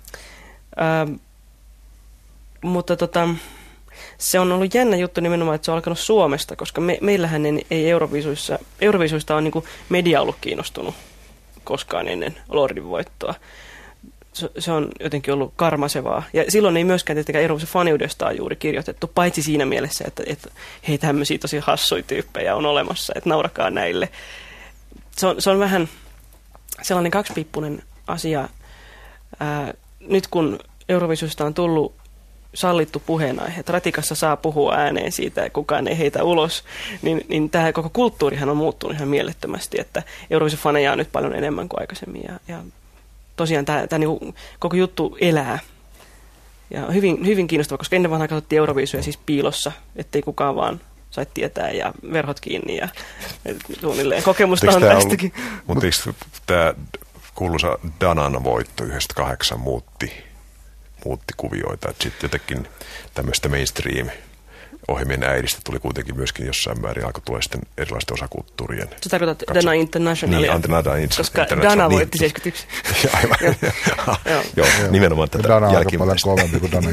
mutta se on ollut jännä juttu nimenomaan, että se on alkanut Suomesta, koska meillähän ei Euroviisuista on niin kuin media ollut kiinnostunut koskaan ennen Lordin voittoa. Se on jotenkin ollut karmasevaa. Ja silloin ei myöskään tietenkään Euroviisun faniudesta juuri kirjoitettu, paitsi siinä mielessä, että hei, tämmöisiä tosi hassuja tyyppejä on olemassa, että naurakaa näille. Se on vähän sellainen kaksipiippunen asia. Nyt kun Euroviisusta on tullut sallittu puheenaihe, että ratikassa saa puhua ääneen siitä ja kukaan ei heitä ulos, niin tämä koko kulttuurihan on muuttunut ihan mielettömästi, että Euroviisun faneja on nyt paljon enemmän kuin aikaisemmin ja tosiaan tämä niinku koko juttu elää. Ja hyvin kiinnostava, koska ennen vanhaa katsottiin Euroviisuja siis piilossa, ettei kukaan vaan saisi tietää ja verhot kiinni ja suunnilleen kokemusta on tästäkin. Mutta eikö tämä kuuluisa Danan voitto 1-8 muutti kuvioita, että sitten jotenkin tämmöistä mainstream ohjelmien äidistä tuli kuitenkin myöskin jossain määrin alkoi tulla sitten erilaisten osakulttuurien. Sä tarkoitat Dana Internationalia? Niin, Dana koska International. Dana voitti 71. Aivan. Joo, nimenomaan tätä Dana on aika jälkimmäistä. paljon kovempi kuin Dana.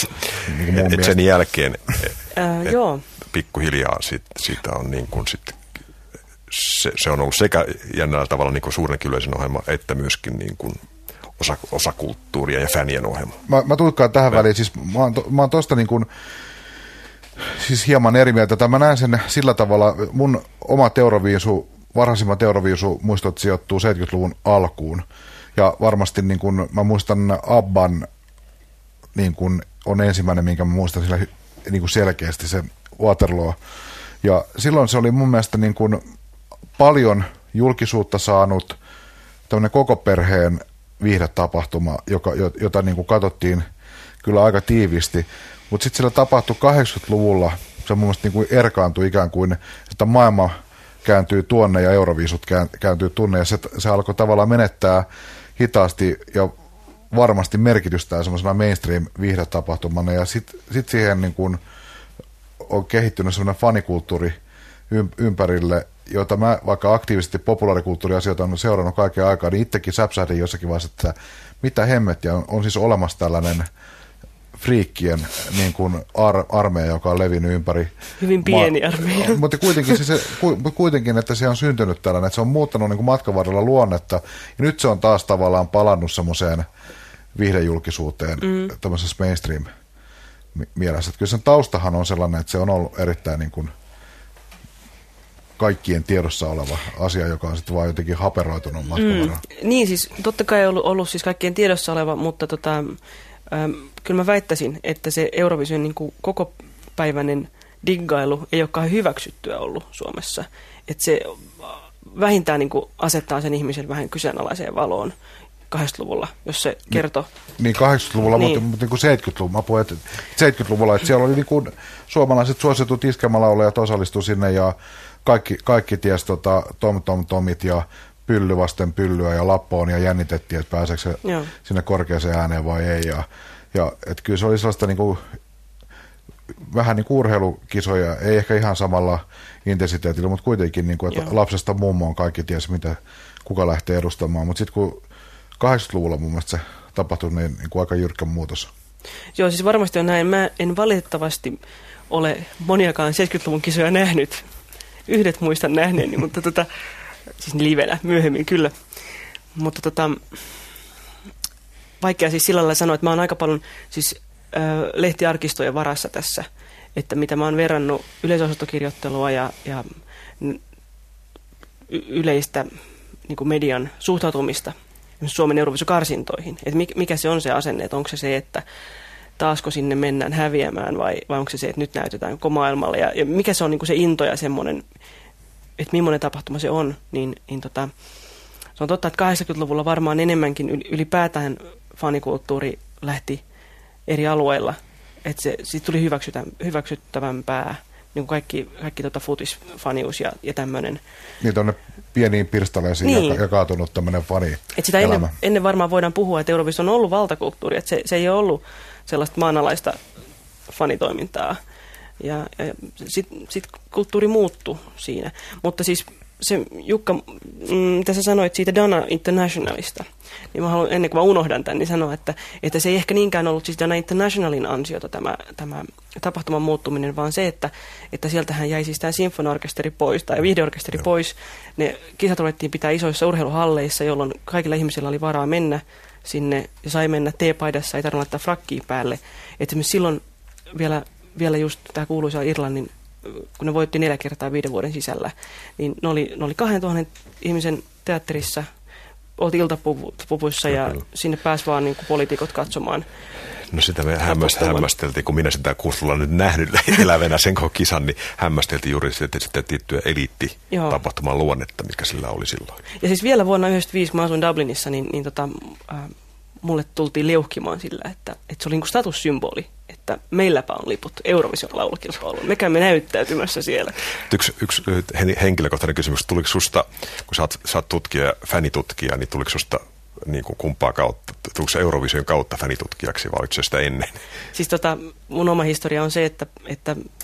Et sen jälkeen Joo. pikkuhiljaa siitä on niin kuin sitten se on ollut sekä jännällä tavalla niin kuin suuren yleisön ohjelma, että myöskin niin kuin osakulttuuria ja fanien ohjelma. Mä tutkaan tähän väliin, siis mä oon tosta niin kuin, siis hieman eri mieltä, tai mä näen sen sillä tavalla, mun oma varhaisimmat Euroviisu-muistot sijoittuu 70-luvun alkuun, ja varmasti niin kuin, mä muistan Abban, niin kuin on ensimmäinen, minkä mä muistan sillä niin kuin selkeästi, se Waterloo, ja silloin se oli mun mielestä niin kuin paljon julkisuutta saanut tämmöinen koko perheen viihdetapahtuma, jota niin kuin katsottiin kyllä aika tiiviisti. Mutta sitten siellä tapahtui 80-luvulla, se mun mielestä niin kuin erkaantui ikään kuin, että maailma kääntyy tuonne ja Euroviisut kääntyy tunne, ja se alkoi tavallaan menettää hitaasti ja varmasti merkitystään semmoisena mainstream-viihdetapahtumana, ja sitten siihen niin kuin on kehittynyt semmoinen fanikulttuuri ympärille, jota mä vaikka aktiivisesti populaarikulttuuriasioita on seurannut kaiken aikaa, niin itsekin säpsähdin jossakin vaiheessa, että mitä hemmettiä on siis olemassa tällainen friikkien niin kuin armeija, joka on levinnyt ympäri. Hyvin pieni armeija. Mutta kuitenkin, että se on syntynyt tällainen, että se on muuttanut niin kuin matkan varrella luonnetta, ja nyt se on taas tavallaan palannut semmoiseen viihdejulkisuuteen, tämmöisessä mainstream mielessä. Että kyllä sen taustahan on sellainen, että se on ollut erittäin niin kuin kaikkien tiedossa oleva asia, joka on sitten vaan jotenkin haperoitunut matkan varrella. Niin, siis totta kai on ollut siis kaikkien tiedossa oleva, mutta kyllä mä väittäisin, että se Eurovision niin kuin kokopäiväinen diggailu ei olekaan hyväksyttyä ollut Suomessa. Että se vähintään niin kuin asettaa sen ihmisen vähän kyseenalaiseen valoon 80-luvulla, jos se kertoo. Niin 80-luvulla, mutta niin kuin 70-luvulla. Mä puhuin, että 70-luvulla, että siellä oli niin kuin suomalaiset suositut iskelmälaulajat osallistu sinne, ja kaikki ties Tomit ja Pylly vasten pyllyä ja Lappoon, ja jännitettiin, että pääseekö se sinne korkeaseen ääneen vai ei. Ja että kyllä se oli sellaista niin kuin, vähän niin kuin urheilukisoja, ei ehkä ihan samalla intensiteetillä, mutta kuitenkin, niin kuin, että lapsesta mummoon kaikki ties, kuka lähtee edustamaan. Mutta sitten kun 80-luvulla mun mielestä se tapahtui niin kuin aika jyrkkä muutos. Joo, siis varmasti on näin. Mä en valitettavasti ole moniakaan 70-luvun kisoja nähnyt. Yhdet muistan nähneeni, mutta siis livenä myöhemmin kyllä. Mutta vaikea siis sillä lailla sanoa, että mä oon aika paljon siis lehtiarkistojen varassa tässä, että mitä mä oon verrannut yleisosastokirjoittelua ja yleistä niin kuin median suhtautumista Suomen Euroviisukarsintoihin. Että mikä se on se asenne, että onko se, että taasko sinne mennään häviämään vai onko se, että nyt näytetään koko maailmalle. Ja mikä se on niin kuin se into ja semmoinen, että millainen tapahtuma se on, niin se on totta, että 80-luvulla varmaan enemmänkin ylipäätään fanikulttuuri lähti eri alueilla, että siitä tuli hyväksyttävämpää, niin kuin kaikki futisfanius ja tämmöinen. Niin tuonne pieniin pirstaleisiin jakautunut tämmöinen fani-elämä. Ennen varmaan voidaan puhua, että Eurovision on ollut valtakulttuuri, että se ei ole ollut sellaista maanalaista fanitoimintaa. Ja sit kulttuuri muuttui siinä. Mutta siis se, Jukka, mitä sä sanoit siitä Dana Internationalista, niin mä haluan, ennen kuin mä unohdan tämän, niin sanoa, että se ei ehkä niinkään ollut siis Dana Internationalin ansiota tämä tapahtuman muuttuminen, vaan se, että sieltähän jäi siis tämä sinfoniaorkesteri pois tai viihdeorkesteri pois. Ne kisat ruvettiin pitää isoissa urheiluhalleissa, jolloin kaikilla ihmisillä oli varaa mennä sinne ja sai mennä teepaidassa, ei tarvitse laittaa frakkiin päälle. Että silloin vielä just tämä kuuluisa Irlannin, kun ne voitti 4 kertaa 5 vuoden sisällä, niin ne oli 2000 ihmisen teatterissa, oltiin iltapuvuissa ja sinne pääsi vaan niin kuin poliitikot katsomaan. No sitä me hämmästeltiin, kun minä sitä kurssilla nyt nähnyt elävänä sen koko kisan, niin hämmästeltiin juuri sitä tiettyä eliittitapahtuman luonnetta, mikä sillä oli silloin. Ja siis vielä vuonna 1995, kun mä asuin Dublinissa, niin mulle tultiin leuhkimaan sillä, että se oli niin kuin statussymboli, että meilläpä on liput Eurovision laulukilpailuun. Me käymme näyttäytymässä siellä. Yksi henkilökohtainen kysymys. Tuliko susta, kun sä oot tutkija ja fänitutkija, niin tuliko susta niin kuin kumpaa kautta? Tuliko Eurovision kautta fänitutkijaksi vai oliko se sitä ennen? Siis mun oma historia on se, että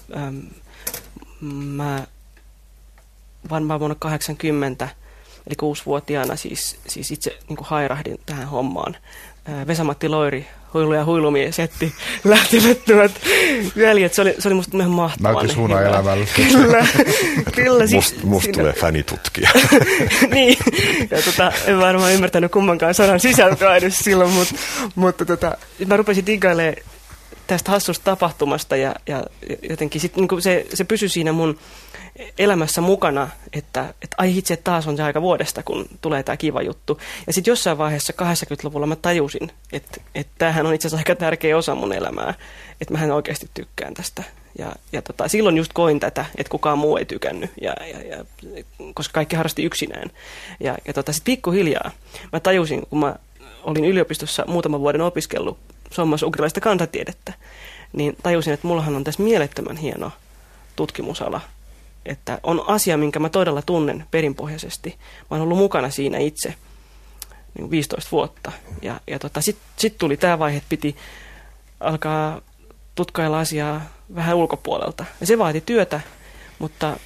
mä varmaan vuonna 80, eli 6-vuotiaana siis itse niin kuin hairahdin tähän hommaan. Vesa-Matti Loiri, Huilu ja huilumies, jätti lähtemättömät jäljet. Se oli musta ihan mahtavaa. Näytti suuna elämällä. Kyllä. Musta tulee fänitutkija. Niin, ja en varmaan ymmärtänyt kummankaan sanan sisältöä edes silloin, mutta mä rupesin digailemaan tästä hassusta tapahtumasta ja jotenkin sit, niin se pysyi siinä mun elämässä mukana, että ai itse taas on se aika vuodesta, kun tulee tämä kiva juttu. Ja sitten jossain vaiheessa 80-luvulla mä tajusin, että tämähän on itse asiassa aika tärkeä osa mun elämää, että mähän oikeasti tykkään tästä. Ja silloin just koin tätä, että kukaan muu ei tykännyt, koska kaikki harrasti yksinään. Ja sitten pikkuhiljaa mä tajusin, kun mä olin yliopistossa muutaman vuoden opiskellut suomalais-ugrilaista kansantiedettä, niin tajusin, että mullahan on tässä mielettömän hieno tutkimusala. Että on asia, minkä mä todella tunnen perinpohjaisesti. Mä oon ollut mukana siinä itse niin 15 vuotta. Ja sitten tuli tämä vaihe, että piti alkaa tutkailla asiaa vähän ulkopuolelta. Ja se vaati työtä, mutta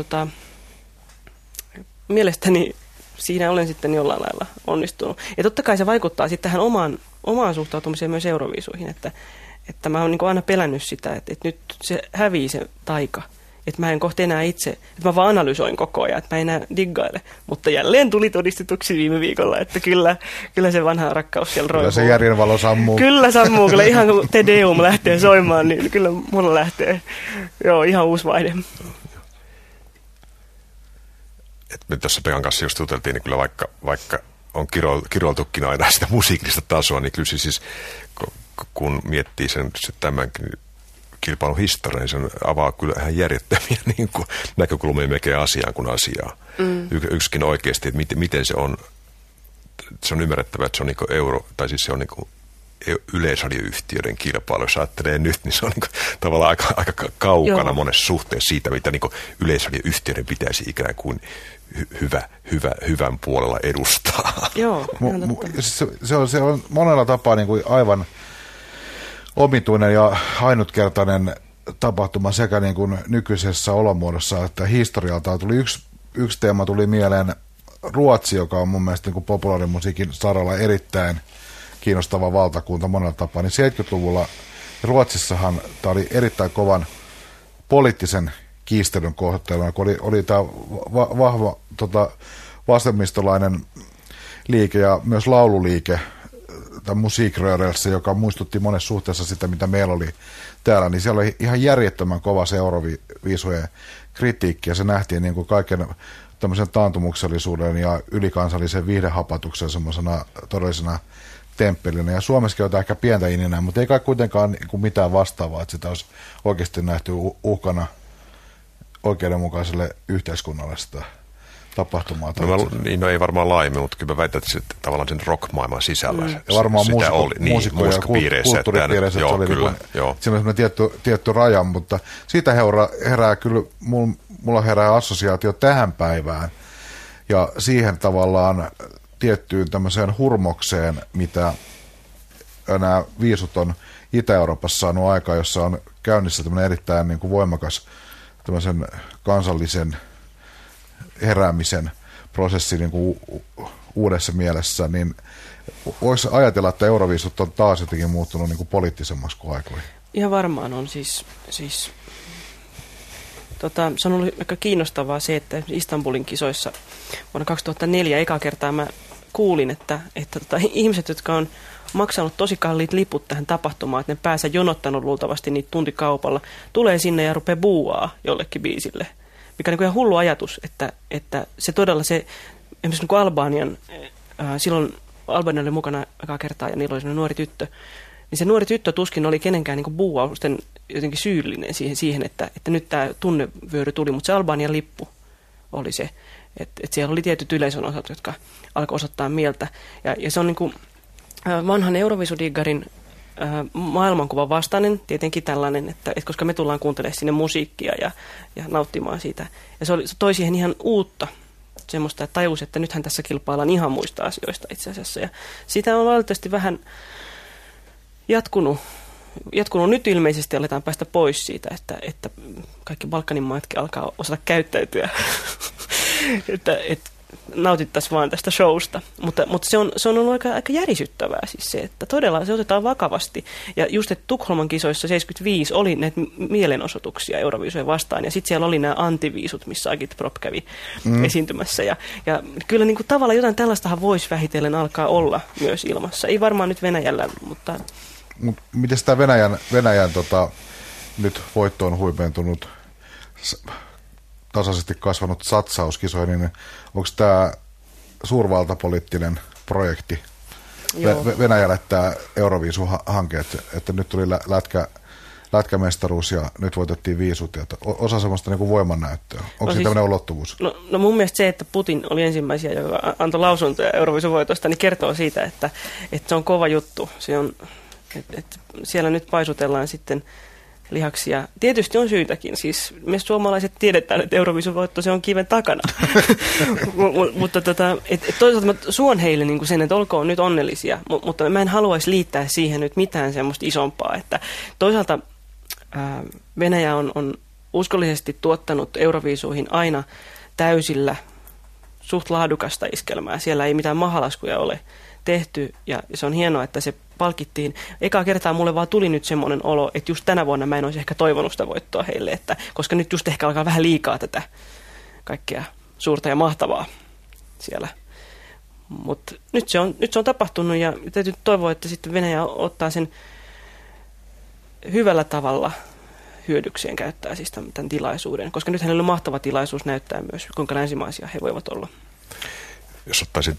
mielestäni siinä olen sitten jollain lailla onnistunut. Ja totta kai se vaikuttaa sitten tähän omaan suhtautumiseen myös Euroviisuihin, että mä oon niin kuin aina pelännyt sitä, että nyt se hävii se taika. Että mä en kohta enää itse, että mä vaan analysoin koko ajan, että mä enää diggaile. Mutta jälleen tuli todistetuksi viime viikolla, että kyllä se vanha rakkaus siellä roikkuu. Kyllä se järjenvalo sammuu. Kyllä sammuu, kyllä ihan kun Te Deum lähtee soimaan, niin kyllä mulla lähtee ihan uusi vaihde. Me tuossa Pekan kanssa just juteltiin, niin kyllä vaikka on kiroiltukin aina sitä musiikillista tasoa, niin kyllä siis kun miettii sen tämänkin kilpailun historia, niin se avaa kyllä ihan järjettömiä niin kuin näkökulmia melkein asiaan kuin asiaa. Yksikin oikeasti, että miten se on ymmärrettävää, että se on niin kuin se on niin kuin yleisradioyhtiöiden kilpailu. Jos ajattelee nyt, niin se on niin kuin tavallaan aika kaukana monessa suhteessa siitä, mitä niin kuin yleisradioyhtiöiden pitäisi ikään kuin hyvän puolella edustaa. Joo, se on monella tapaa niin kuin aivan omituinen ja ainutkertainen tapahtuma sekä niin kuin nykyisessä olomuodossa että historialta. Tuli yksi teema tuli mieleen Ruotsi, joka on mun mielestä niin kuin populaarimusiikin saralla erittäin kiinnostava valtakunta monella tapaa. Niin 70-luvulla Ruotsissahan tämä oli erittäin kovan poliittisen kiistelyn kohteluna, kun oli tämä vahva vasemmistolainen liike ja myös laululiike, tämä musiikrörelse, joka muistutti monessa suhteessa sitä, mitä meillä oli täällä, niin siellä oli ihan järjettömän kova se Euroviisujen kritiikki, ja se nähtiin niin kuin kaiken tämmöisen taantumuksellisuuden ja ylikansallisen viihdehapatuksen semmoisena todellisena temppelinä. Ja Suomessakin on ehkä pientä ininää, mutta ei kai kuitenkaan niin kuin mitään vastaavaa, että sitä olisi oikeasti nähty uhkana oikeudenmukaiselle yhteiskunnalle sitä tapahtumaa. No ei varmaan laajemmin, mutta kyllä mä väitän, että tavallaan sen rock-maailman sisällä ja varmaan muusikko- ja kulttuuripiireissä se oli kyllä, siinä tietty raja, mutta siitä herää kyllä, mulla herää assosiaatio tähän päivään ja siihen tavallaan tiettyyn tämmöiseen hurmokseen, mitä nämä viisut on Itä-Euroopassa saanut aikaa, jossa on käynnissä tämmöinen erittäin niin kuin voimakas tämmöisen kansallisen heräämisen prosessi niin kuin uudessa mielessä, niin voisi ajatella, että Euroviisut on taas jotenkin muuttunut niin kuin poliittisemmaksi kuin aikoihin. Ihan varmaan on siis se on ollut aika kiinnostavaa se, että Istanbulin kisoissa vuonna 2004 eka kertaa mä kuulin, että ihmiset, jotka on maksanut tosi kalliit liput tähän tapahtumaan, että ne pääsee jonottanut luultavasti niitä tuntikaupalla, tulee sinne ja rupeaa buuaa jollekin biisille. Mikä on niin kuin ihan hullu ajatus, että se todella se, esimerkiksi niin kuin Albanian, silloin Albania oli mukana eka kertaa ja niillä oli sellainen nuori tyttö, niin se nuori tyttö tuskin oli kenenkään niin kuin buuausten jotenkin syyllinen siihen että nyt tämä tunnevyöry tuli, mutta se Albanian lippu oli se, että siellä oli tietyt yleisön osat, jotka alkoi osoittaa mieltä. Ja se on niin kuin vanhan Euroviisudiggarin maailmankuvan vastainen, tietenkin tällainen, että koska me tullaan kuuntelemaan sinne musiikkia ja nauttimaan siitä. Ja se toi siihen ihan uutta semmoista, että tajusi, että nythän tässä kilpaillaan ihan muista asioista itse asiassa. Ja sitä on valitettavasti vähän jatkunut jatkunut nyt ilmeisesti, aletaan päästä pois siitä, että kaikki Balkanin maatkin alkaa osata käyttäytyä, että nautittaisiin vaan tästä showsta. Mutta se on ollut aika järisyttävää siis se, että todella se otetaan vakavasti. Ja just, että Tukholman kisoissa 75 oli näitä mielenosoituksia Euroviisuja vastaan, ja sitten siellä oli nämä antiviisut, missä Agitprop kävi esiintymässä. Ja kyllä niin kuin tavallaan jotain tällaistahan voisi vähitellen alkaa olla myös ilmassa. Ei varmaan nyt Venäjällä, mutta... Miten tämä Venäjän nyt voittoon huipentunut, tasaisesti kasvanut satsauskisoihin, niin onko tämä suurvaltapoliittinen projekti Venäjälle tämä Euroviisu-hanke, että nyt tuli lätkämestaruus ja nyt voitettiin viisut, osa semmoista niin kuin voimannäyttöä. Onko siinä tämmöinen ulottuvuus? No mun mielestä se, että Putin oli ensimmäisiä, joka antoi lausuntoja Euroviisuvoitosta, niin kertoo siitä, että se on kova juttu. Se on, että siellä nyt paisutellaan sitten lihaksia. Tietysti on syytäkin. Siis me suomalaiset tiedetään, että Euroviisuvoitto se on kiven takana. Mutta toisaalta mä suon heille niin kuin sen, että olkoon nyt onnellisia. Mutta mä en haluaisi liittää siihen nyt mitään semmoista isompaa. Että toisaalta Venäjä on uskollisesti tuottanut Euroviisuihin aina täysillä suht laadukasta iskelmää. Siellä ei mitään mahalaskuja ole tehty ja se on hienoa, että se palkittiin. Ekaa kertaa mulle vaan tuli nyt semmoinen olo, että just tänä vuonna mä en olisi ehkä toivonut sitä voittoa heille, koska nyt just ehkä alkaa vähän liikaa tätä kaikkea suurta ja mahtavaa siellä. Mutta nyt se on tapahtunut ja täytyy toivoa, että sitten Venäjä ottaa sen hyvällä tavalla hyödykseen, käyttää siis tämän tilaisuuden, koska nyt hänellä on mahtava tilaisuus näyttää myös, kuinka länsimaisia he voivat olla. Jos ottaisin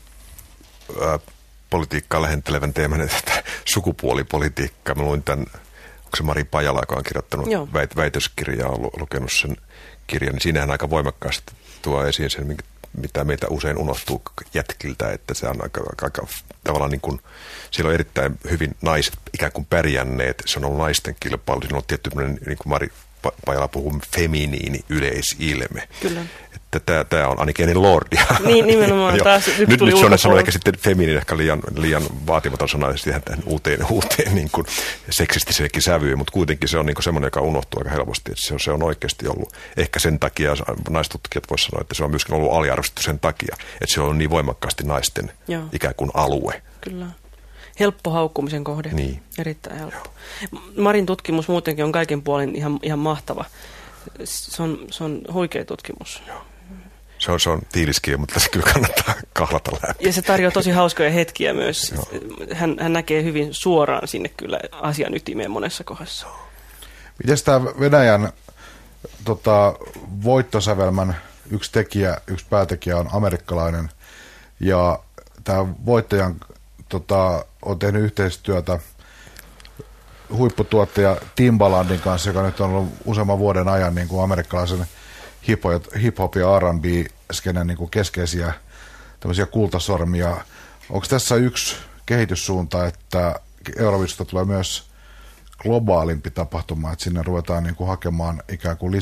politiikkaa lähentelevän teeman, että sukupuolipolitiikkaa. Mä luin tämän, onko se Mari Pajala, joka on kirjoittanut väitöskirjaa, on lukenut sen kirjan, niin siinähän aika voimakkaasti tuo esiin sen, mitä meitä usein unohtuu jätkiltä, että se on aika tavallaan niin kuin, siellä on erittäin hyvin naiset ikään kuin pärjänneet, se on ollut naisten kilpailu, siinä on ollut tietty, niin kuin Mari Pajala puhuu, feminiini yleisilme. Kyllä. Että tämä on ainakin ennen lordia. Niin, nimenomaan. Taas nyt se on ehkä sitten feminiini, ehkä liian vaatimaton sana siihen uuteen niin kuin seksistiseenkin sävyyn, mutta kuitenkin se on niin kuin semmoinen, joka unohtuu aika helposti, että se on oikeasti ollut. Ehkä sen takia naistutkijat voisivat sanoa, että se on myöskin ollut aliarvostettu sen takia, että se on niin voimakkaasti naisten ikään kuin alue. Kyllä. Helppo haukkumisen kohde. Niin. Erittäin helppo. Marin tutkimus muutenkin on kaiken puolin ihan mahtava. Se on huikea tutkimus. Joo. Se on tiiliskiä, mutta se kyllä kannattaa kahlata läpi. Ja se tarjoaa tosi hauskoja hetkiä myös. Hän näkee hyvin suoraan sinne kyllä asian ytimeen monessa kohdassa. Miten tämä Venäjän voittosävelmän yksi päätekijä on amerikkalainen, ja tämä voittajan on tehnyt yhteistyötä huipputuottaja Timbalandin kanssa, joka nyt on ollut useamman vuoden ajan niin kuin amerikkalaisen hip-hop ja R&B-skenen niin kuin keskeisiä tämmöisiä kultasormia. Onko tässä yksi kehityssuunta, että Euroviisusta tulee myös globaalimpi tapahtuma, että sinne ruvetaan niin kuin hakemaan ikään kuin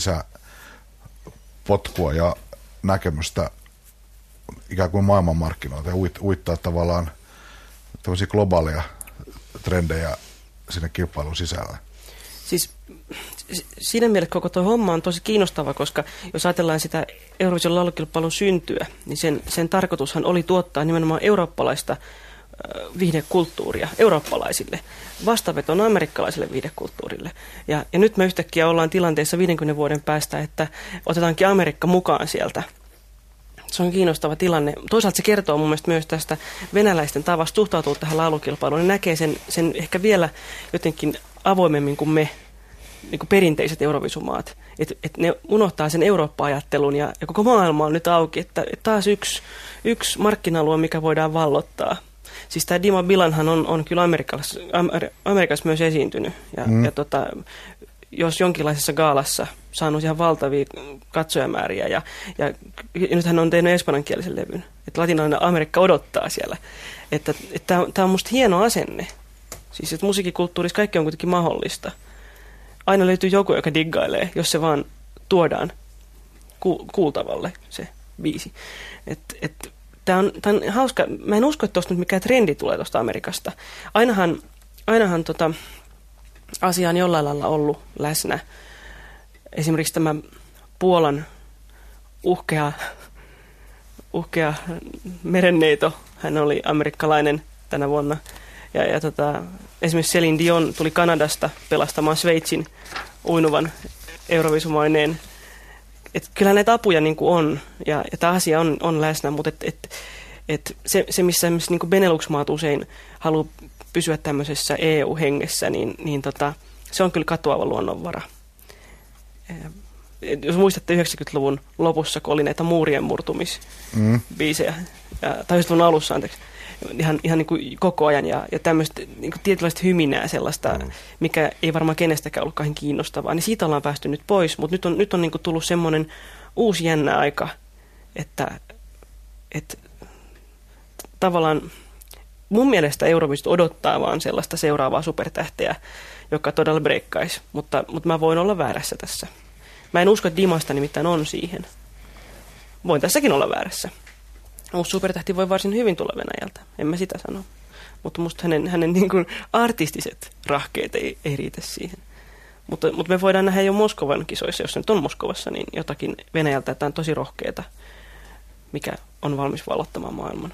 lisäpotkua ja näkemystä ikään kuin maailmanmarkkinoilta ja uittaa tavallaan tämmöisiä globaaleja trendejä sinne kilpailun sisällä? Siis siinä mielessä koko tuo homma on tosi kiinnostava, koska jos ajatellaan sitä Euroviisun laulukilpailun syntyä, niin sen tarkoitushan oli tuottaa nimenomaan eurooppalaista viihdekulttuuria eurooppalaisille, vastavetona amerikkalaiselle viihdekulttuurille. Ja nyt me yhtäkkiä ollaan tilanteessa 50 vuoden päästä, että otetaankin Amerikka mukaan sieltä. Se on kiinnostava tilanne. Toisaalta se kertoo mun mielestä myös tästä venäläisten tavasta suhtautua tähän laulukilpailuun. Ne näkee sen ehkä vielä jotenkin avoimemmin kuin me, niin kuin perinteiset Euroviisumaat. Että ne unohtaa sen Eurooppa-ajattelun ja koko maailma on nyt auki. Että taas yksi markkina-alue, mikä voidaan vallottaa. Siis tämä Dima Bilanhan on kyllä Amerikassa myös esiintynyt. Ja jos jonkinlaisessa gaalassa saanut ihan valtavia katsojamääriä ja nyt hän on tehnyt espanjankielisen levyn. Että Latinalainen Amerikka odottaa siellä. Että tämä on musta hieno asenne. Siis että musiikkikulttuurissa kaikki on kuitenkin mahdollista. Aina löytyy joku, joka diggailee, jos se vaan tuodaan kuultavalle se biisi. Tämä on hauska. Mä en usko, että tuosta nyt mikään trendi tulee tuosta Amerikasta. Ainahan asia on jollain lailla ollut läsnä. Esimerkiksi tämä Puolan uhkea merenneito, hän oli amerikkalainen tänä vuonna. Ja esimerkiksi Céline Dion tuli Kanadasta pelastamaan Sveitsin uinuvan Euroviisumaineen. Että kyllä näitä apuja niin kuin on, ja tämä asia on läsnä, mutta se missä niin kuin Benelux-maat usein haluaa pysyä tämmöisessä EU-hengessä, niin se on kyllä katoava luonnonvara. Jos muistatte 90-luvun lopussa, kun oli näitä muurien murtumisbiisejä, tai 90-luvun alussa, anteeksi, ihan niin kuin koko ajan, ja tämmöistä niin kuin tietynlaista hyminää sellaista, mikä ei varmaan kenestäkään ollut kauhean kiinnostavaa, niin siitä ollaan päästy nyt pois, mutta nyt on niin kuin tullut semmoinen uusi jännä aika, että tavallaan mun mielestä Euroviisut odottaa vaan sellaista seuraavaa supertähteä, joka todella breikkaisi, mutta mä voin olla väärässä tässä. Mä en usko, että Dimasta nimittäin on siihen. Voin tässäkin olla väärässä. Uusi supertähti voi varsin hyvin tulla Venäjältä, en mä sitä sano. Mutta musta hänen niin kuin artistiset rahkeet ei riitä siihen. Mutta me voidaan nähdä jo Moskovan kisoissa, jos se nyt on Moskovassa, niin jotakin Venäjältä, että on tosi rohkeata, mikä on valmis vallottamaan maailman.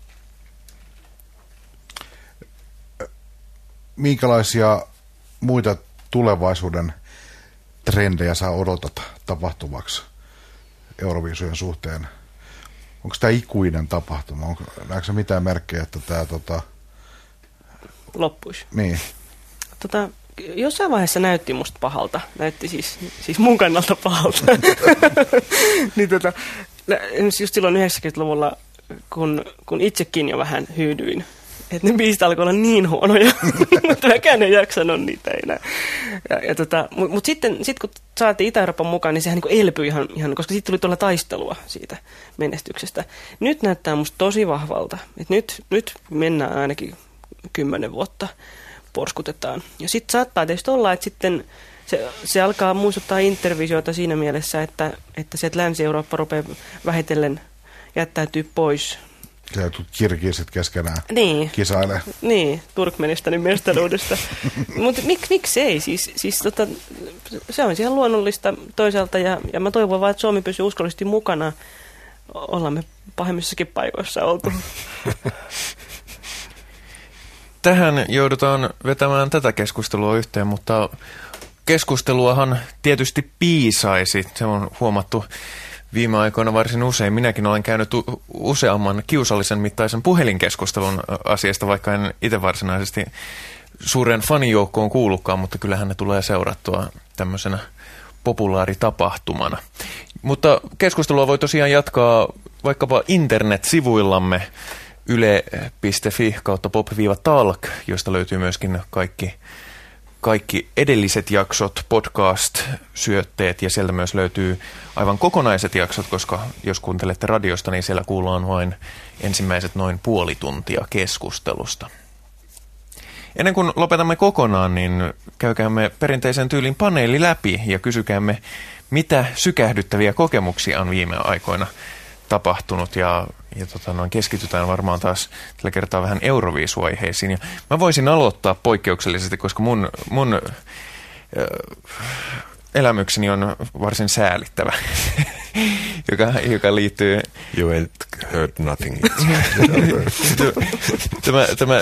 Minkälaisia muita tulevaisuuden trendejä sä odotat tapahtuvaksi Euroviisujen suhteen? Onko tämä ikuinen tapahtuma? Näetkö sä mitään merkkejä, että tämä loppuisi? Niin. Jossain vaiheessa näytti musta pahalta. Näytti siis mun kannalta pahalta. Niin just silloin 90-luvulla, kun itsekin jo vähän hyydyin, että ne biisit alkoi olla niin huonoja, mutta mäkään en jaksanut niitä enää. Mutta sitten kun saatiin Itä-Euroopan mukaan, niin sehän niin elpyi ihan, koska sitten tuli tuolla taistelua siitä menestyksestä. Nyt näyttää musta tosi vahvalta, että nyt mennään ainakin 10 vuotta, porskutetaan. Ja sitten saattaa tietysti olla, että sitten se alkaa muistuttaa Intervisioita siinä mielessä, että sieltä Länsi-Eurooppa rupeaa vähitellen jättäytyy pois. Ja kirkiisit keskenään kisailee. Niin, Turkmenistanin mestaruudesta. Mutta miksi ei? Siis se on ihan luonnollista toisaalta, ja mä toivon vaan, että Suomi pysyy uskollisesti mukana. Ollaan me pahemmissakin paikoissa oltu. Tähän joudutaan vetämään tätä keskustelua yhteen, mutta keskusteluahan tietysti piisaisi. Se on huomattu viime aikoina varsin usein. Minäkin olen käynyt useamman kiusallisen mittaisen puhelinkeskustelun asiasta, vaikka en itse varsinaisesti suuren fanijoukkoon kuulukaan, mutta kyllähän ne tulee seurattua tämmöisenä populaaritapahtumana. Mutta keskustelua voi tosiaan jatkaa vaikkapa internet-sivuillamme yle.fi/pop-talk, josta löytyy myöskin kaikki edelliset jaksot, podcast-syötteet, ja sieltä myös löytyy aivan kokonaiset jaksot, koska jos kuuntelette radiosta, niin siellä kuullaan vain ensimmäiset noin puoli tuntia keskustelusta. Ennen kuin lopetamme kokonaan, niin käykäämme perinteisen tyylin paneeli läpi ja kysykäämme, mitä sykähdyttäviä kokemuksia on viime aikoina tapahtunut, ja keskitytään varmaan taas tällä kertaa vähän Euroviisu-aiheisiin. Ja mä voisin aloittaa poikkeuksellisesti, koska mun elämykseni on varsin säälittävä, joka liittyy... You ain't heard nothing. Tämä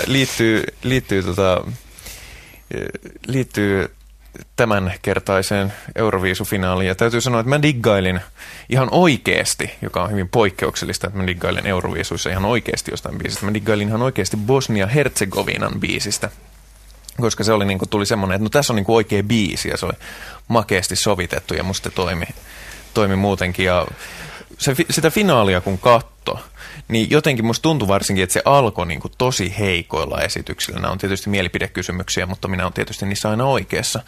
liittyy tämänkertaiseen Euroviisufinaaliin. Ja täytyy sanoa, että mä diggailin ihan oikeasti, joka on hyvin poikkeuksellista, että mä diggailin Euroviisuissa ihan oikeasti jostain biisistä. Mä diggailin ihan oikeasti Bosnia-Herzegovinan biisistä, koska se oli niin kuin, tuli semmoinen, että no tässä on niin kuin oikea biisi ja se oli makeasti sovitettu ja musta toimi muutenkin. Ja sitä finaalia kun katto, niin jotenkin musta tuntui varsinkin, että se alkoi niin kuin tosi heikoilla esityksillä. Nämä on tietysti mielipidekysymyksiä, mutta minä olen tietysti niissä aina oikeassa.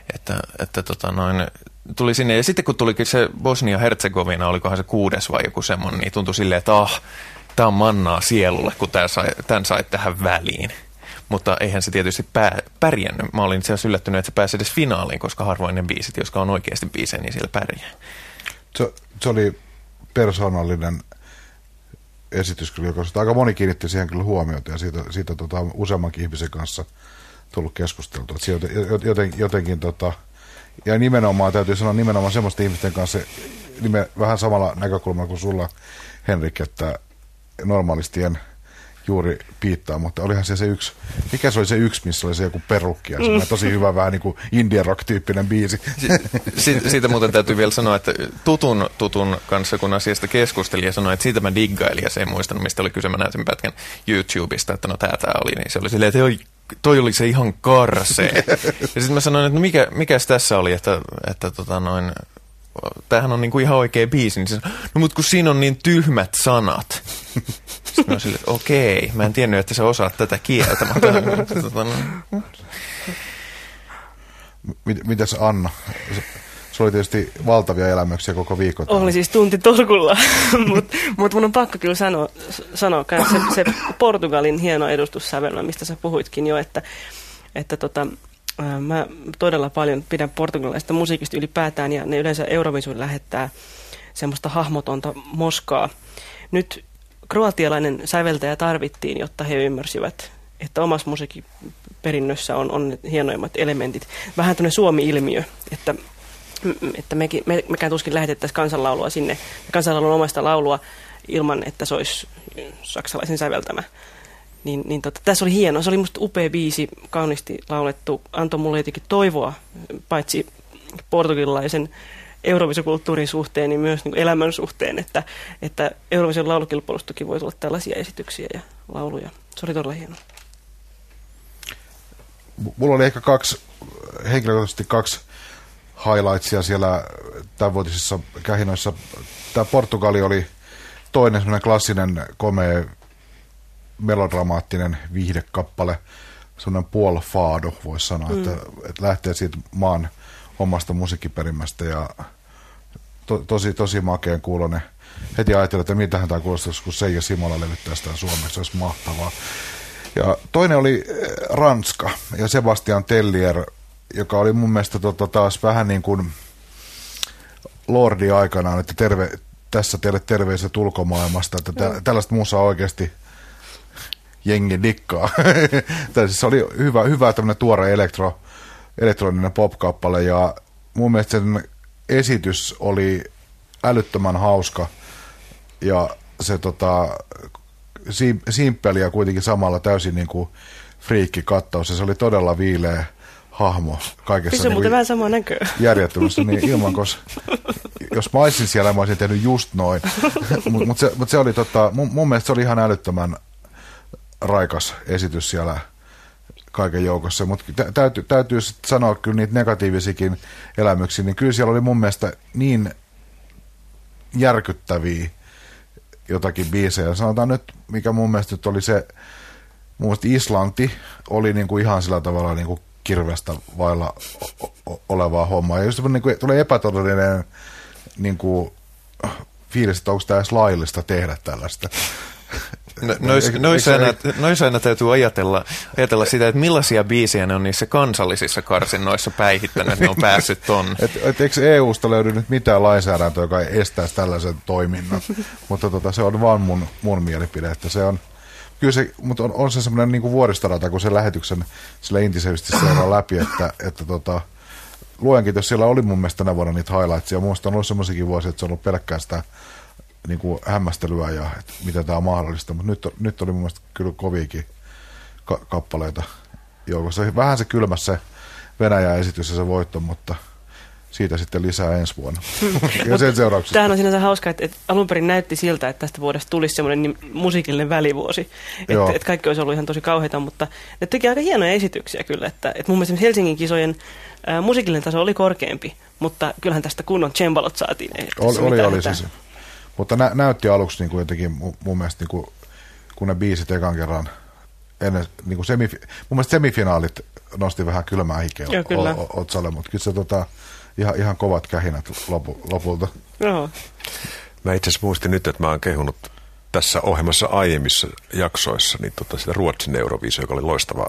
Tuli sinne, ja sitten kun tulikin se Bosnia-Herzegovina, olikohan se 6. vai joku semmoinen, niin tuntui silleen, että tämä on mannaa sielulle, kun tämän sai tähän väliin. Mutta eihän se tietysti pärjännyt. Mä olin itse asiassa yllättynyt, että se pääsi edes finaaliin, koska harvoin ne biisit, jotka on oikeasti biisejä, niin siellä pärjää. Se oli persoonallinen esitys, joka aika moni kiinnitti siihen kyllä huomiota, ja siitä useammankin ihmisen kanssa tullut keskusteltua. Jotenkin ja nimenomaan täytyy sanoa nimenomaan semmoisten ihmisten kanssa vähän samalla näkökulmalla kuin sulla, Henrik, että normaalisti en juuri piittaa, mutta olihan se yksi, mikä se oli se yksi, missä oli se joku perukki ja tosi hyvä vähän niin kuin Indian rock-tyyppinen biisi. Siitä muuten täytyy vielä sanoa, että tutun kanssa, kun asiasta keskustelin ja sanoi, että siitä mä diggailin ja se ei muistanut, mistä oli kyse, mä näin sen pätkän YouTubesta, että no tää oli, niin se oli silleen, että toi oli se ihan karsee. Ja sitten mä sanoin, että no mikäs tässä oli, että tämähän on niinku ihan oikea biisi. Niin se sanoi, no mut kun siinä on niin tyhmät sanat. Sitten mä olin silleen, että okei, mä en tiennyt, että sä osaat tätä kieltä. Mitäs Anna? Se oli tietysti valtavia elämyksiä koko viikon. Oli siis tunti tolkulla, mutta mun on pakko kyllä sanoa se Portugalin hieno edustussävelmä, mistä sä puhuitkin jo, että mä todella paljon pidän portugalilaisesta musiikista ylipäätään, ja ne yleensä Euroviisuun lähettää semmoista hahmotonta moskaa. Nyt kroatialainen säveltäjä tarvittiin, jotta he ymmärsivät, että omassa musiikkiperinnössä on ne hienoimmat elementit. Vähän tämmöinen Suomi-ilmiö, että mekään tuskin lähetettäisiin kansanlaulua sinne, kansanlaulun omaista laulua ilman, että se olisi saksalaisen säveltämä. Tässä oli hieno, se oli musta upea biisi, kauniisti laulettu, antoi mulle jotenkin toivoa, paitsi portugalilaisen Euroviisukulttuurin suhteen, niin myös niin kuin elämän suhteen, että Euroviisun laulukilpailustakin voi tulla tällaisia esityksiä ja lauluja. Se oli todella hieno. Mulla oli ehkä henkilökohtaisesti kaksi highlightsia siellä tämänvuotisissa kähinoissa. Tämä Portugali oli toinen semmoinen klassinen, komea, melodramaattinen viihdekappale, semmoinen Paul Fado, voisi sanoa, että lähtee siitä maan omasta musiikkiperimästä ja tosi makeen kuulonen. Heti ajattelin, että mitähän tämä kuulostaisi, kun Seija Simola levyttää sitä suomeksi, se olisi mahtavaa. Ja toinen oli Ranska ja Sebastian Tellier, joka oli mun mielestä taas vähän niin kuin Lordi aikanaan, että tässä teille terveiset ulkomaailmasta, että tällaista musaa oikeasti jengi dikkaa. Se oli hyvä tämmöinen tuore elektroninen pop-kappale ja mun mielestä sen esitys oli älyttömän hauska ja se simppeli ja kuitenkin samalla täysin niin kuin friikki-kattaus ja se oli todella viileä hahmo kaikessa niin muuten vähän samaa näköä. Järjettömässä, niin ilman, jos mä olisin siellä, mä olisin tehnyt just noin. Mutta se oli mun mielestä se oli ihan älyttömän raikas esitys siellä kaiken joukossa, mutta täytyy sanoa kyllä niitä negatiivisikin elämyksiä, niin kyllä siellä oli mun mielestä niin järkyttäviä jotakin biisejä. Sanotaan nyt, mikä mun mielestä nyt oli se, mun mielestä Islanti oli niinku ihan sillä tavalla niinku kirvestä vailla olevaa hommaa. Ja just niinku tulee epätodellinen niinku fiilis, että onko tämä edes laillista tehdä tällaista. Noissa aina täytyy ajatella sitä, että millaisia biisejä ne on niissä kansallisissa karsinnoissa päihittänyt, että ne on päässyt tonne. Eikö EUsta löydy nyt mitään lainsäädäntöä, joka estäisi tällaisen toiminnan? Mutta se on vaan mun mielipide, että se on, kyllä se, mutta on se semmoinen niin kuin vuoristorata, kun se lähetyksen sille intensiivisesti seuraa läpi, että luenkin, jos siellä oli mun mielestä tänä vuonna niitä highlightsia, muista on ollut semmoisiakin vuosia, että se on ollut pelkkään sitä niin kuin hämmästelyä ja miten tämä on mahdollista, mutta nyt oli mun mielestä kyllä koviakin kappaleita joukossa. Vähän se kylmäs se Venäjän esitys ja se voitto, mutta siitä sitten lisää ensi vuonna. Ja sen seurauksesta. Tämähän on sinänsä hauska, että alun perin näytti siltä, että tästä vuodesta tulisi semmoinen musiikillinen välivuosi. Että kaikki olisi ollut ihan tosi kauheita, mutta ne teki aika hienoja esityksiä kyllä. Että mun mielestä Helsingin kisojen musiikillinen taso oli korkeampi, mutta kyllähän tästä kunnon cembalot saatiin. Oli siis. Mutta näytti aluksi niin kuin jotenkin mun mielestä, niin kuin, kun ne biisit ekan kerran ennen, niin kuin mun mielestä semifinaalit nosti vähän kylmää hikeä otsalle, mutta kyllä se ihan kovat kähinät lopulta. Joo. Mä itse asiassa muistin nyt, että mä oon kehunut tässä ohjelmassa aiemmissa jaksoissa niin sitä Ruotsin Euroviisua, joka oli loistava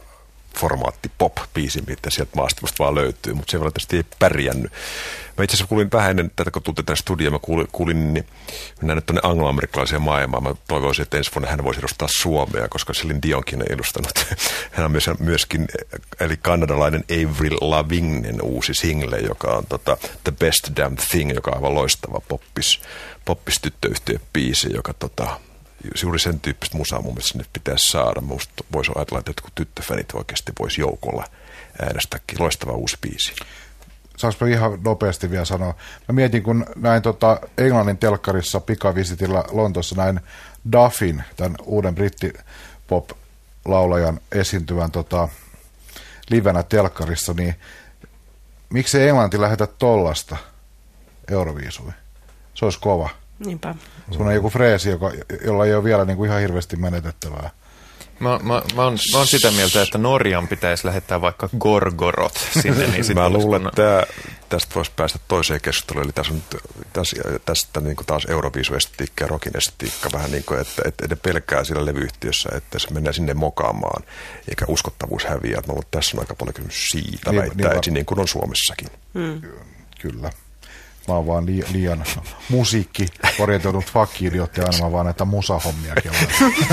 formaatti pop-biisi, mitä sieltä maastosta vaan löytyy, mutta se valitettavasti ei pärjännyt. Mä itse asiassa kuulin vähän ennen tätä, kun tultiin tähän studioon, mä kuulin, niin mennään nyt tuonne angloamerikkalaiseen maailmaan. Mä toivoisin, että ensi vuonna hän voisi edustaa Suomea, koska Celine Dionkin on edustanut. Hän on myöskin, eli kanadalainen Avril Lavignen uusi single, joka on The Best Damn Thing, joka on aivan loistava poppistyttöyhtiö-biisi, joka juuri sen tyyppistä musaa mun mielestä sinne pitäisi saada. Musta voisi ajatella, että jotkut tyttöfänit oikeasti voisi joukolla äänestääkin. Loistava uusi biisi. Saanko ihan nopeasti vielä sanoa? Mä mietin, kun näin Englannin telkkarissa pikavisitillä Lontoossa näin Duffin, tämän uuden brittipop-laulajan esiintyvän livenä telkkarissa, niin miksei Englanti lähetä tollasta Euroviisuihin? Se olisi kova. Niinpä. Se on joku freesi, jolla ei ole vielä niin kuin ihan hirveästi menetettävää. Mä oon sitä mieltä, että Norjan pitäisi lähettää vaikka Gorgorot sinne. Niin mä luulen, että tästä voisi päästä toiseen keskusteluun. Eli tästä niin kuin taas Euroviisu-estetiikka ja rockin estetiikka vähän niin kuin, että ne pelkää siellä levyyhtiössä, että se mennään sinne mokaamaan, eikä uskottavuus häviää. Mä luulen, että tässä on aika paljon kysymys siitä väittäisi, niin kuin on Suomessakin. Kyllä. Mä oon vaan liian musiikki-orientoidut fakki-idiotti, aina mä vaan näitä musahommia kellaan.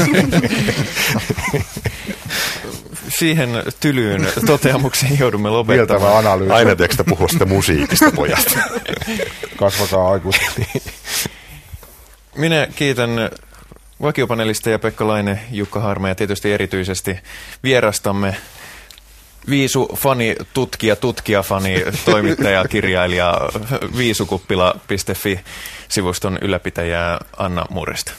Siihen tylyyn toteamukseen joudumme lopettamaan. Mieltävä analyysi. Aina tiedätkö puhua sitä musiikista, pojat. Kasvakaa aikuisesti. Minä kiitän vakiopanelisteja Pekka Laine, Jukka Harma ja tietysti erityisesti vierastamme Viisu-fani, tutkija-fani, toimittaja, kirjailija, viisukuppila.fi-sivuston ylläpitäjää Anna Murista.